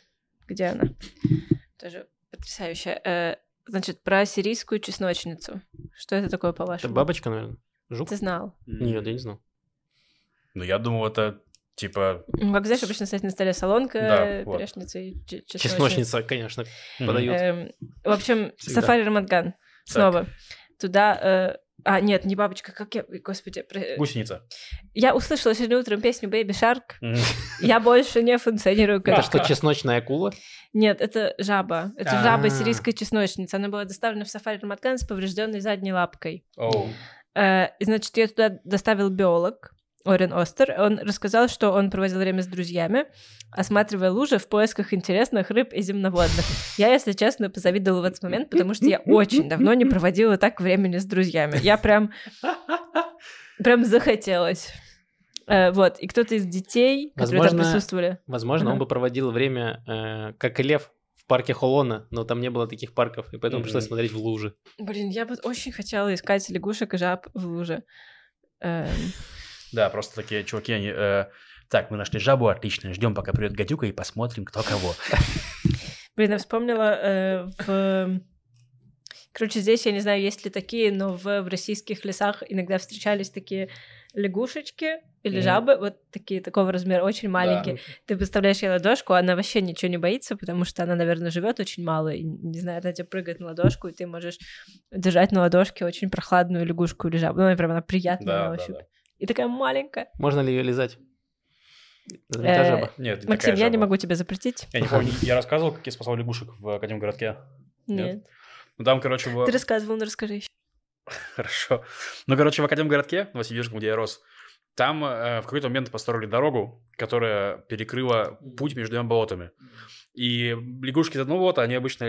где она? Тоже потрясающе. Значит, про сирийскую чесночницу. Что это такое, по-вашему? Это бабочка, наверное? Жук? Ты знал? Нет, я не знал. Ну, я думал, это типа... Ну, как знаешь, обычно стоит на столе солонка, Да, вот. перечница и ч- чесночница. Чесночница, конечно, подают. Эм, в общем, Всегда. Сафари Рамадган. Снова. Туда... э, А, нет, не бабочка, как я... Ой, Господи. про- Гусеница. Я услышала сегодня утром песню Baby Shark. Мгм. Я больше не функционирую как... Это что, чесночная акула? Нет, это жаба. Это А. жаба сирийская чесночница. Она была доставлена в Сафари Рамадган с поврежденной задней лапкой. Оу. Э, И, значит, ее туда доставил биолог Орен Остер. Он рассказал, что он проводил время с друзьями, осматривая лужи в поисках интересных рыб и земноводных. Я, если честно, позавидовала в этот момент, потому что я очень давно не проводила так времени с друзьями. Я прям... Прям захотелось. Э, Вот, и кто-то из детей, которые там Возможно, присутствовали... Возможно, он Ага. бы проводил время, э, как и лев, в парке Холона, но там не было таких парков, и поэтому Мгм. пришлось смотреть в лужи. Блин, я бы очень хотела искать лягушек и жаб в луже. Эм, Да, просто такие чуваки, они... э, Так, мы нашли жабу, отлично, ждем, пока придет гадюка, и посмотрим, кто кого. Блин, я вспомнила э, в... Короче, здесь, я не знаю, есть ли такие, но в, в российских лесах иногда встречались такие лягушечки или Мгм. жабы, вот такие, такого размера, очень маленькие. Ты представляешь ей ладошку, она вообще ничего не боится, потому что она, наверное, живет очень мало, и, не знаю, она тебе прыгает на ладошку, и ты можешь держать на ладошке очень прохладную лягушку или жабу. Ну, она прям она приятная Да, на да, ощупь. да. И такая маленькая. Можно ли ее лизать? Это не та Э, жаба. Нет, не Максим, такая я не жаба. могу тебя запретить. Я не помню, я рассказывал, как я спасал лягушек в Академгородке? Нет. Нет. Ну, там, короче, в... Ты рассказывал, ну расскажи еще. Хорошо. Ну, короче, в Академгородке, в Новосибирском, где я рос, там э, в какой-то момент построили дорогу, которая перекрыла путь между двумя болотами. И лягушки из одного болота, они обычно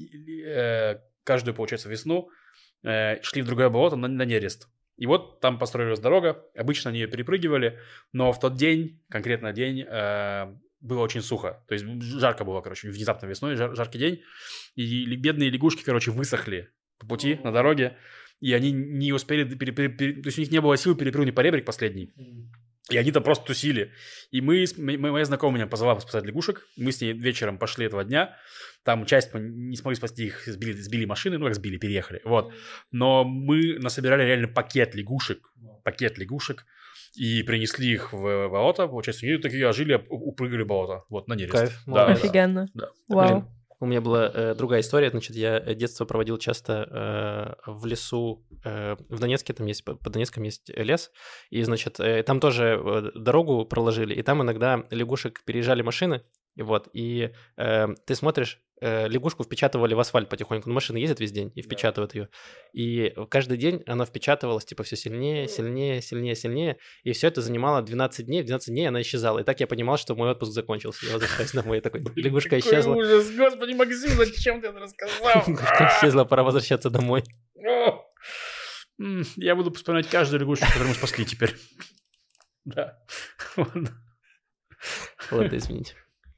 э, каждую, получается, весну э, шли в другое болото на, на нерест. И вот там построилась дорога, обычно они ее перепрыгивали, но в тот день, конкретно день, э, было очень сухо. То есть жарко было, короче, внезапно весной, жар, жаркий день. И ли- бедные лягушки, короче, высохли по пути на дороге, и они не успели, пере- пере- пере- то есть у них не было сил перепрыгнуть по ребрик последний. И они там просто тусили. И мы, с- м- моя знакомая меня позвала спасать лягушек. Мы с ней вечером пошли этого дня. Там часть мы не смогли спасти их, сбили, сбили машины, ну как сбили, переехали. Вот. Но мы насобирали реально пакет лягушек. Пакет лягушек. И принесли их в болото. Получается, и такие ожили, уп- упрыгали в болото. Вот, на нерест. Кайф, Да, молодец. да. Офигенно. Да. Вау. Блин, у меня была э, другая история. Значит, я детство проводил часто э, в лесу э, в Донецке. Там есть, под Донецком есть лес. И, значит, э, там тоже э, дорогу проложили. И там иногда лягушек переезжали машины. И вот, и э, ты смотришь, э, лягушку впечатывали в асфальт потихоньку. Ну, машины ездят весь день и впечатывают ее. И каждый день она впечатывалась, типа, все сильнее, сильнее, сильнее, сильнее. И все это занимало двенадцать дней. В двенадцать дней она исчезала. И так я понимал, что мой отпуск закончился. Я возвращаюсь домой, и такой, лягушка Какой исчезла. ужас, господи, Максим, зачем ты это рассказал? Лягушка исчезла, пора возвращаться домой. О! М, Я буду вспоминать каждую лягушку, которую мы спасли теперь. Да. Ладно. Ладно, извините.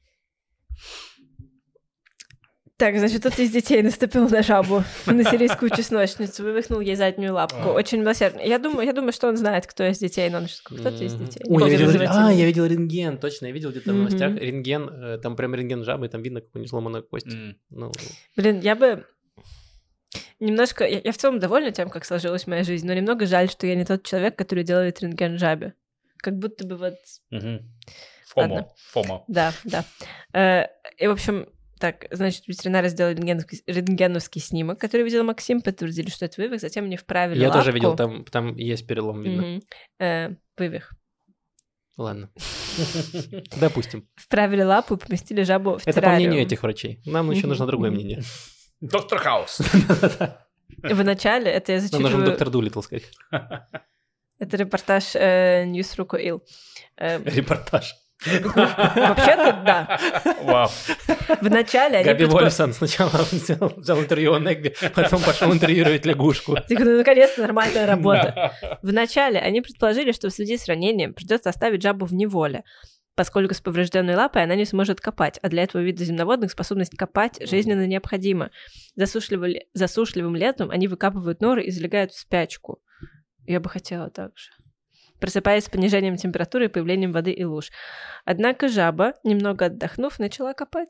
Так, значит, кто-то из детей наступил на жабу, на сирийскую чесночницу, вывихнул ей заднюю лапку. Очень милосердно. Я думаю, я думаю, что он знает, кто из детей, но он что, кто-то из Мгм. детей. Ой, я Не видел, буду ре- называть а, имя. я видел рентген, точно, я видел где-то в Мгм. новостях рентген, э, там прям рентген жабы, там видно, как у нее сломанная кость. М. Ну, Блин, я бы немножко... Я, я в целом довольна тем, как сложилась моя жизнь, но немного жаль, что я не тот человек, который делает рентген жабе. Как будто бы вот... Мгм. Фомо. Ладно. Фома. Да, да. Э, И, в общем, так, значит, ветеринары сделали рентгеновский, рентгеновский снимок, который видел Максим, подтвердили, что это вывих, затем мне вправили я лапку. тоже видел, там, там есть перелом, видно. Мгм. Э, Вывих. Ладно. Допустим. Вправили лапу и поместили жабу в Это по террариум. мнению этих врачей. Нам еще Мгм. нужно другое Мгм. мнение. Доктор Хаус. В начале, это я Нам нужен зачитываю, доктор Дулиттл, сказать. это репортаж э, Ньюс.ру.ил. Э, Репортаж. Вообще-то, да. Вау. В начале они... Габи предпо- Вольфсон сначала взял, взял интервью у Негби, потом пошел интервьюировать лягушку. Типа, ну, наконец-то нормальная работа. Вначале они предположили, что в связи с ранением придется оставить жабу в неволе, поскольку с поврежденной лапой она не сможет копать, а для этого вида земноводных способность копать жизненно необходима. Засушливым, засушливым летом они выкапывают норы и залегают в спячку. Я бы хотела так же. Просыпаясь с понижением температуры и появлением воды и луж. Однако жаба, немного отдохнув, начала копать.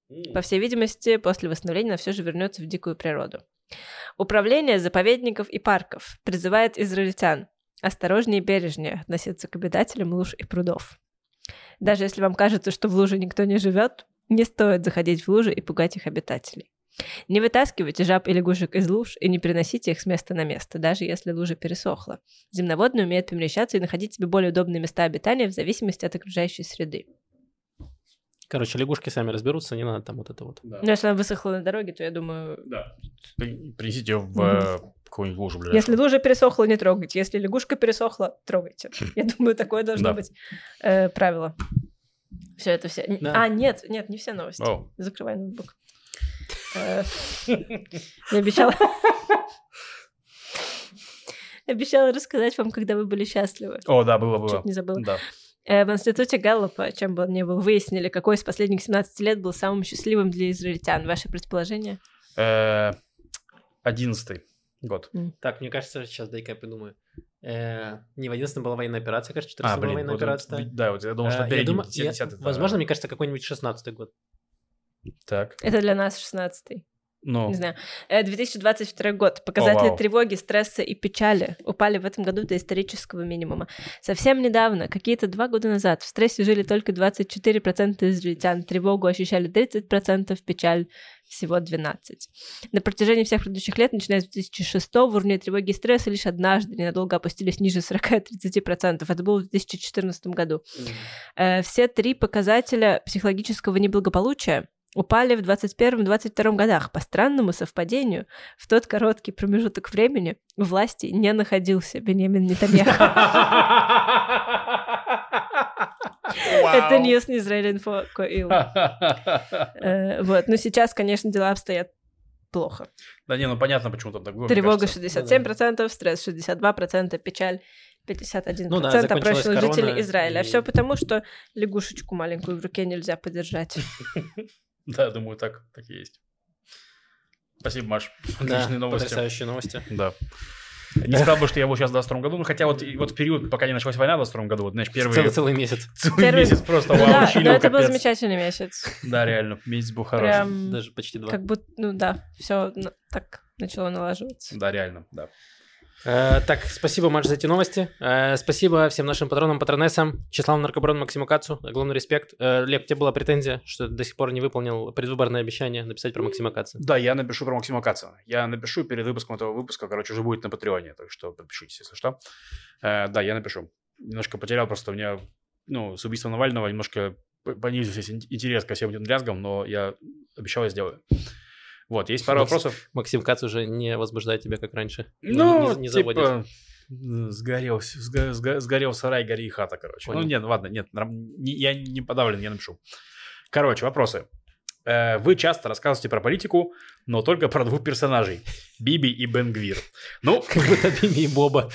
По всей видимости, после восстановления она все же вернется в дикую природу. Управление заповедников и парков призывает израильтян осторожнее и бережнее относиться к обитателям луж и прудов. Даже если вам кажется, что в луже никто не живет, не стоит заходить в лужи и пугать их обитателей. Не вытаскивайте жаб и лягушек из луж и не переносите их с места на место, даже если лужа пересохла. Земноводные умеют перемещаться и находить себе более удобные места обитания в зависимости от окружающей среды. Короче, лягушки сами разберутся, не надо там вот это вот. Да. Но если она высохла на дороге, то я думаю... Да. Принесите ее в э, какую-нибудь лужу ближайшую. Если лужа пересохла, не трогайте. Если лягушка пересохла, трогайте. Я думаю, такое должно Да. быть э, правило. Все это все. Да. А, нет, нет, не все новости. О. Закрывай ноутбук. Э, Я обещала... Обещала рассказать вам, когда вы были счастливы. О, да, было, было. Чуть не забыла. Да. Э, В институте Галлопа, чем бы он ни был, выяснили, какой из последних семнадцати лет был самым счастливым для израильтян. Ваши предположения? Э, Одиннадцатый год. Так, мне кажется, сейчас дай-ка я придумаю. Э, Не в одиннадцатом была военная операция, кажется, в четырнадцатом А, была блин, военная вот, операция. вот, да, вот я думал, что Э, я перед думаю, я- десятый. Возможно, мне кажется, какой-нибудь шестнадцатый год. Так, Это для нас шестнадцатый. ну, Не знаю. Э, две тысячи двадцать второй год. Показатели О, вау. тревоги, стресса и печали упали в этом году до исторического минимума. Совсем недавно, какие-то два года назад, в стрессе жили только двадцать четыре процента израильтян, тревогу ощущали тридцать процентов, печаль всего двенадцать процентов. На протяжении всех предыдущих лет, начиная с две тысячи шестого, уровни тревоги и стресса лишь однажды ненадолго опустились ниже сорок-тридцать процентов. Это было в две тысячи четырнадцатом году. Э, Все три показателя психологического неблагополучия упали в двадцать первом - двадцать втором годах. По странному совпадению, в тот короткий промежуток времени у власти не находился Беньямин Нетаньяху. Это News Israel Info Коил. Э, Вот, но сейчас, конечно, дела обстоят плохо. Да не, ну понятно, почему там так было. мне Тревога кажется. шестьдесят семь процентов, стресс шестьдесят два процента, печаль пятьдесят один Ну да, процент закончилась опрошенных корона, жителей Израиля. А и- все потому, что лягушечку маленькую в руке нельзя подержать. Да, думаю, так, так и есть. Спасибо, Маш. Да, Отличные новости. потрясающие новости. Да. Не сказал бы, что я был сейчас в двадцать втором году, ну хотя вот, и вот в период, пока не началась война в двадцать втором году, вот, знаешь, первый Целый, целый месяц. целый Первый- месяц просто Ну вау, да, чилил, но это был капец. замечательный месяц. Да, реально, месяц был хороший. Прям Даже почти два. как будто, ну да, все так начало налаживаться. Да, реально, да. Э, Так, спасибо, Маш, за эти новости. Э, Спасибо всем нашим патронам, патронессам, Числаву Наркоброну, Максиму Кацу. Огромный респект. Э, Лев, у тебя была претензия, что ты до сих пор не выполнил предвыборное обещание написать про Максима Каца. Да, я напишу про Максима Каца. Я напишу перед выпуском этого выпуска, короче, уже будет на Патреоне, так что подпишитесь, если что. Э, да, я напишу. Немножко потерял, просто у меня, ну, с убийством Навального немножко п- понизился ин- интерес ко всем этим дрязгам, но я обещал, я сделаю. Вот, есть пару Макс- вопросов. Максим Кац уже не возбуждает тебя, как раньше. Ну, не, не заводит. типа, сгорел, сга- сга- сгорел сарай, гори и хата, короче. Понял. Ну, нет, ладно, нет, норм- не- я не подавлен, я напишу. Короче, вопросы. Э, Вы часто рассказываете про политику, но только про двух персонажей. Биби и Бен-Гвир. Ну, Как будто Биби и Боба.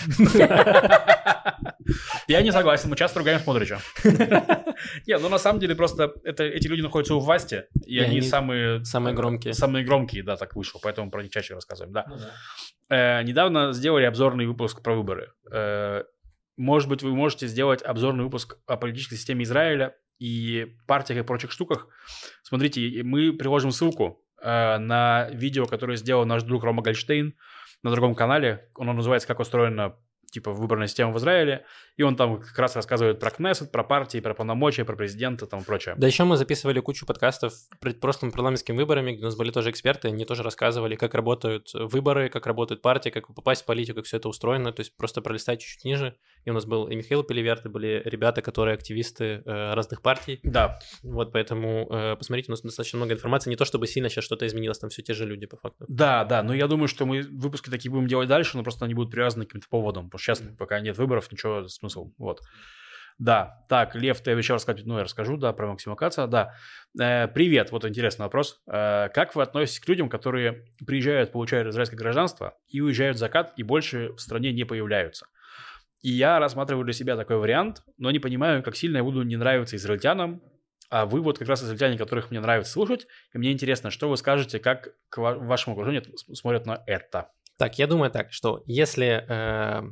я не согласен, мы часто ругаем Смотрича. Нет, ну на самом деле просто это, эти люди находятся у власти, и, И они, они самые... самые громкие. Самые громкие, да, так вышло, поэтому про них чаще рассказываем, да. Э, недавно сделали обзорный выпуск про выборы. Э, может быть, вы можете сделать обзорный выпуск о политической системе Израиля и партиях и прочих штуках. Смотрите, и мы приложим ссылку э, на видео, которое сделал наш друг Рома Гольштейн на другом канале. Оно называется «Как устроена типа выборная система в Израиле». И он там как раз рассказывает про Кнессет, про партии, про полномочия, про президента там и прочее. Да еще мы записывали кучу подкастов перед прошлыми парламентскими выборами, где у нас были тоже эксперты, они тоже рассказывали, как работают выборы, как работают партии, как попасть в политику, как все это устроено. То есть просто пролистать чуть-чуть ниже. И у нас был и Михаил Пелеверт, и были ребята, которые активисты э, разных партий. Да, Вот поэтому э, посмотрите, у нас достаточно много информации. Не то чтобы сильно сейчас что-то изменилось, там все те же люди по факту. да, да, но я думаю, что мы выпуски такие будем делать дальше, но просто они будут привязаны к каким-то поводам, потому что сейчас, пока нет выборов, ничего смысл, вот. Да, так, Лев, ты обещал рассказать, ну, я расскажу, да, про Максима Каца, да. Э, привет, вот интересный вопрос. Э, как вы относитесь к людям, которые приезжают, получают израильское гражданство и уезжают в закат и больше в стране не появляются? И я рассматриваю для себя такой вариант, но не понимаю, как сильно я буду не нравиться израильтянам, а вы вот как раз израильтяне, которых мне нравится слушать, и мне интересно, что вы скажете, как к ва- вашему окружению смотрят на это? Так, я думаю так, что если э,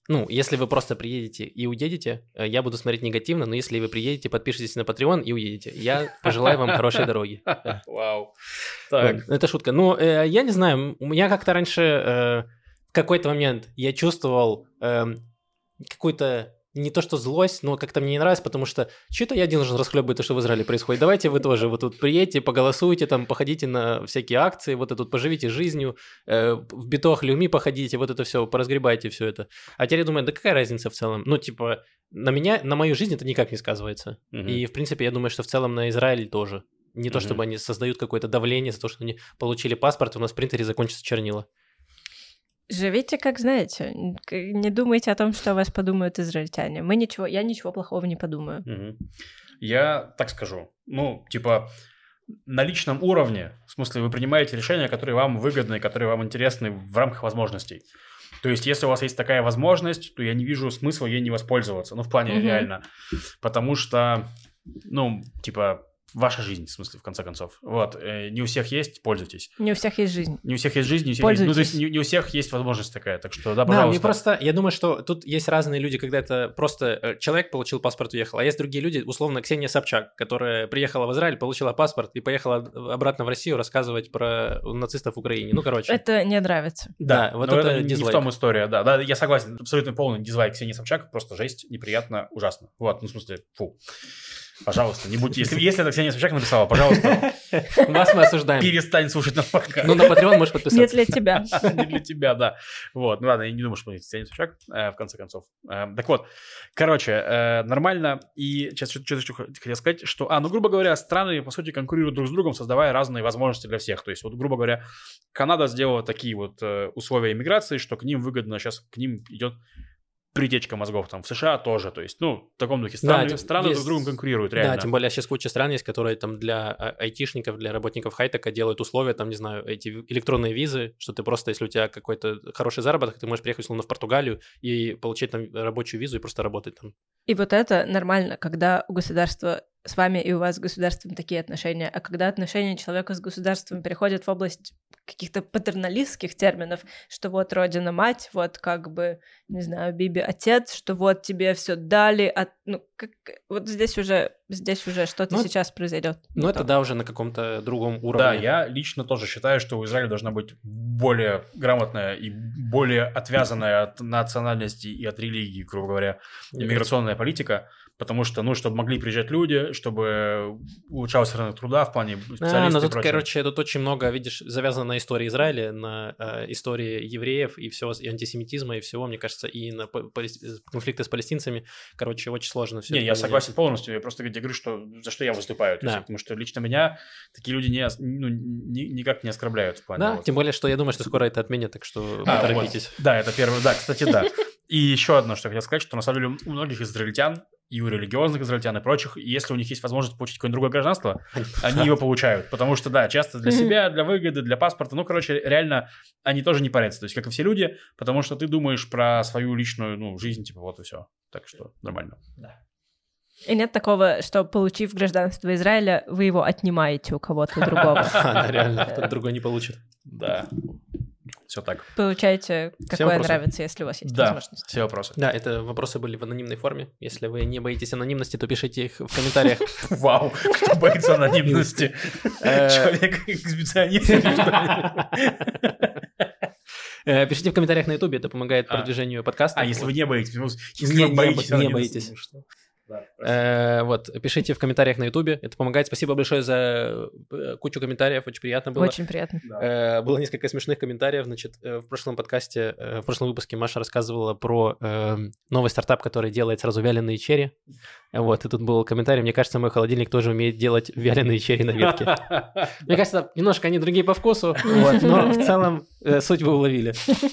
ну, если вы просто приедете и уедете, э, я буду смотреть негативно, но если вы приедете, подпишитесь на Patreon и уедете, я пожелаю вам хорошей дороги. Да. Вау. Так. Так. Это шутка. Ну, э, я не знаю, у меня как-то раньше э, в какой-то момент я чувствовал э, какую-то не то что злость, но как-то мне не нравится, потому что что-то я один должен расхлебывать то, что в Израиле происходит. Давайте вы тоже вот тут приедете, поголосуйте, там, походите на всякие акции, вот это тут поживите жизнью, э, в битох люми походите, вот это все, поразгребайте все это. А теперь я думаю, да какая разница в целом? Ну, типа, на меня, на мою жизнь это никак не сказывается. Мгм. И, в принципе, я думаю, что в целом на Израиль тоже. Не то, Мгм. чтобы они создают какое-то давление за то, что они получили паспорт, и у нас в принтере закончатся чернила. Живите как знаете. К- Не думайте о том, что о вас подумают израильтяне. Мы ничего, я ничего плохого не подумаю. Мгм. Я так скажу. Ну, типа, на личном уровне, в смысле, вы принимаете решения, которые вам выгодны, которые вам интересны в рамках возможностей. То есть, если у вас есть такая возможность, то я не вижу смысла ей не воспользоваться. Ну, в плане Мгм. реально. Потому что, ну, типа, ваша жизнь, в смысле, в конце концов. Вот. э, Не у всех есть, пользуйтесь. Не у всех есть жизнь. Не у всех есть жизнь, не у всех есть... Ну, то есть, Пользуйтесь. не, не у всех есть возможность такая. Так что, да, Да, пожалуйста. мне просто, я думаю, что тут есть разные люди, когда это просто э, человек получил паспорт, уехал, а есть другие люди, условно, Ксения Собчак, которая приехала в Израиль, получила паспорт и поехала обратно в Россию рассказывать про нацистов в Украине. Ну, короче. Это не нравится. Да, вот но это не в дизлайк. том история, да. Да, я согласен, абсолютно полный дизлайк Ксении Собчак, просто жесть, неприятно, ужасно. Вот, ну, в смысле, фу. Пожалуйста, не будьте... Если, если это Ксения Собчак написала, пожалуйста, Вас мы осуждаем. перестань слушать наш подкаст. Ну, на Patreon можешь Не подписаться. для тебя. Не для тебя, да. Вот, ну ладно, я не думаю, что мы Ксения Собчак, э, в конце концов. Э, так вот, короче, э, нормально. И сейчас что-то еще хотел сказать, что... А, ну, грубо говоря, страны, по сути, конкурируют друг с другом, создавая разные возможности для всех. То есть, вот, грубо говоря, Канада сделала такие вот э, условия иммиграции, что к ним выгодно, сейчас к ним идет притечка мозгов, там, в США тоже, то есть, ну, в таком духе, страны, Да, страны есть- друг с другом конкурируют, реально. Да, тем более сейчас куча стран есть, которые там для а, айтишников, для работников хай-тека делают условия, там, не знаю, эти электронные визы, что ты просто, если у тебя какой-то хороший заработок, ты можешь приехать, условно, в Португалию и получить там рабочую визу и просто работать там. И вот это нормально, когда у государства с вами и у вас с государством такие отношения. А когда отношения человека с государством переходят в область каких-то патерналистских терминов, что вот родина мать, вот как бы, не знаю, Биби отец, что вот тебе все дали, а, ну, как, вот здесь уже, здесь уже что-то Ну, сейчас произойдет. Ну, это, да, уже на каком-то другом уровне. Да, я лично тоже считаю, что у Израиля должна быть более грамотная и более отвязанная от национальности и от религии, грубо говоря, иммиграционная политика, потому что, ну, чтобы могли приезжать люди, чтобы улучшался рынок труда в плане специалистов А, но и тут, прочее. короче, тут очень много, видишь, завязано на истории Израиля, на э, истории евреев и всего, и антисемитизма, и всего, мне кажется, и на по- палес- конфликты с палестинцами. Короче, очень сложно все. Не, я согласен полностью, я просто говорю, что за что я выступаю, то есть, Да. потому что лично меня такие люди не, ос- ну, ни- никак не оскорбляют в плане. Да, вот. тем более, что я думаю, что скоро это отменят, так что А, поторопитесь. вот. Да, это первое, да, кстати, да. И еще одно, что я хотел сказать, что на самом деле у многих израильтян, и у религиозных израильтян, и прочих, если у них есть возможность получить какое-нибудь другое гражданство, они его получают. Потому что, да, часто для себя, для выгоды, для паспорта, ну, короче, реально, они тоже не парятся. То есть, как и все люди, потому что ты думаешь про свою личную, ну, жизнь, типа, вот и все. Так что нормально. И нет такого, что, получив гражданство Израиля, вы его отнимаете у кого-то другого. А, да, реально, кто-то другой не получит. Да. Все так. Получаете, Все какое вопросы? нравится, если у вас есть Да, возможность. все вопросы. Да, это вопросы были в анонимной форме. Если вы не боитесь анонимности, то пишите их в комментариях. Вау, кто боится анонимности? Э, Человек-эксбиционист или что? Э, Пишите в комментариях на Ютубе, это помогает А. продвижению подкаста. А, если вы не боитесь, ну, если Не- вы не боитесь бо- не анонимности, боитесь. ну что? Да, Э, Вот, пишите в комментариях на Ютубе, это помогает. Спасибо большое за э, кучу комментариев, очень приятно было. Очень приятно. Э, Было несколько смешных комментариев. Значит, э, в прошлом подкасте, э, в прошлом выпуске Маша рассказывала про э, новый стартап, который делает сразу вяленые черри. Вот, и тут был комментарий, мне кажется, мой холодильник тоже умеет делать вяленые черри на ветке. Мне кажется, немножко они другие по вкусу, вот, но в целом э, суть вы уловили.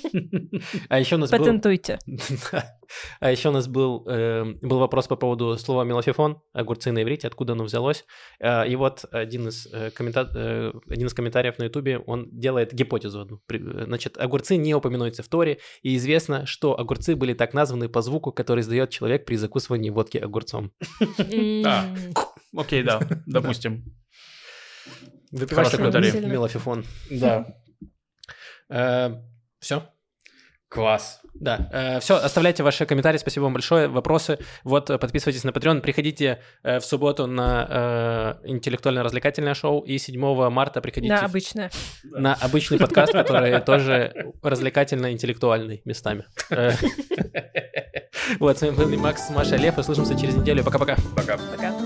А еще у нас был... Патентуйте. Да. А еще у нас был, э, был вопрос по поводу слова мелофифон, огурцы на иврите, откуда оно взялось. Э, и вот один из, э, коммента... э, один из комментариев на ютубе, он делает гипотезу одну. При- Значит, огурцы не упоминаются в Торе, и известно, что огурцы были так названы по звуку, который издает человек при закусывании водки огурцом. А. М, Окей, да, допустим. Выпиваешь Хороший такой комментарий. Сильно. мелофифон. Да. Все. Класс. Да, э, все, оставляйте ваши комментарии, спасибо вам большое, вопросы. Вот, э, подписывайтесь на Patreon, приходите э, в субботу на э, интеллектуально-развлекательное шоу, и седьмого марта приходите На в- обычное. на обычный подкаст, который тоже развлекательно-интеллектуальный местами. Э, Вот, с вами были Макс, Маша, Лев, услышимся через неделю, пока-пока. Пока. Пока.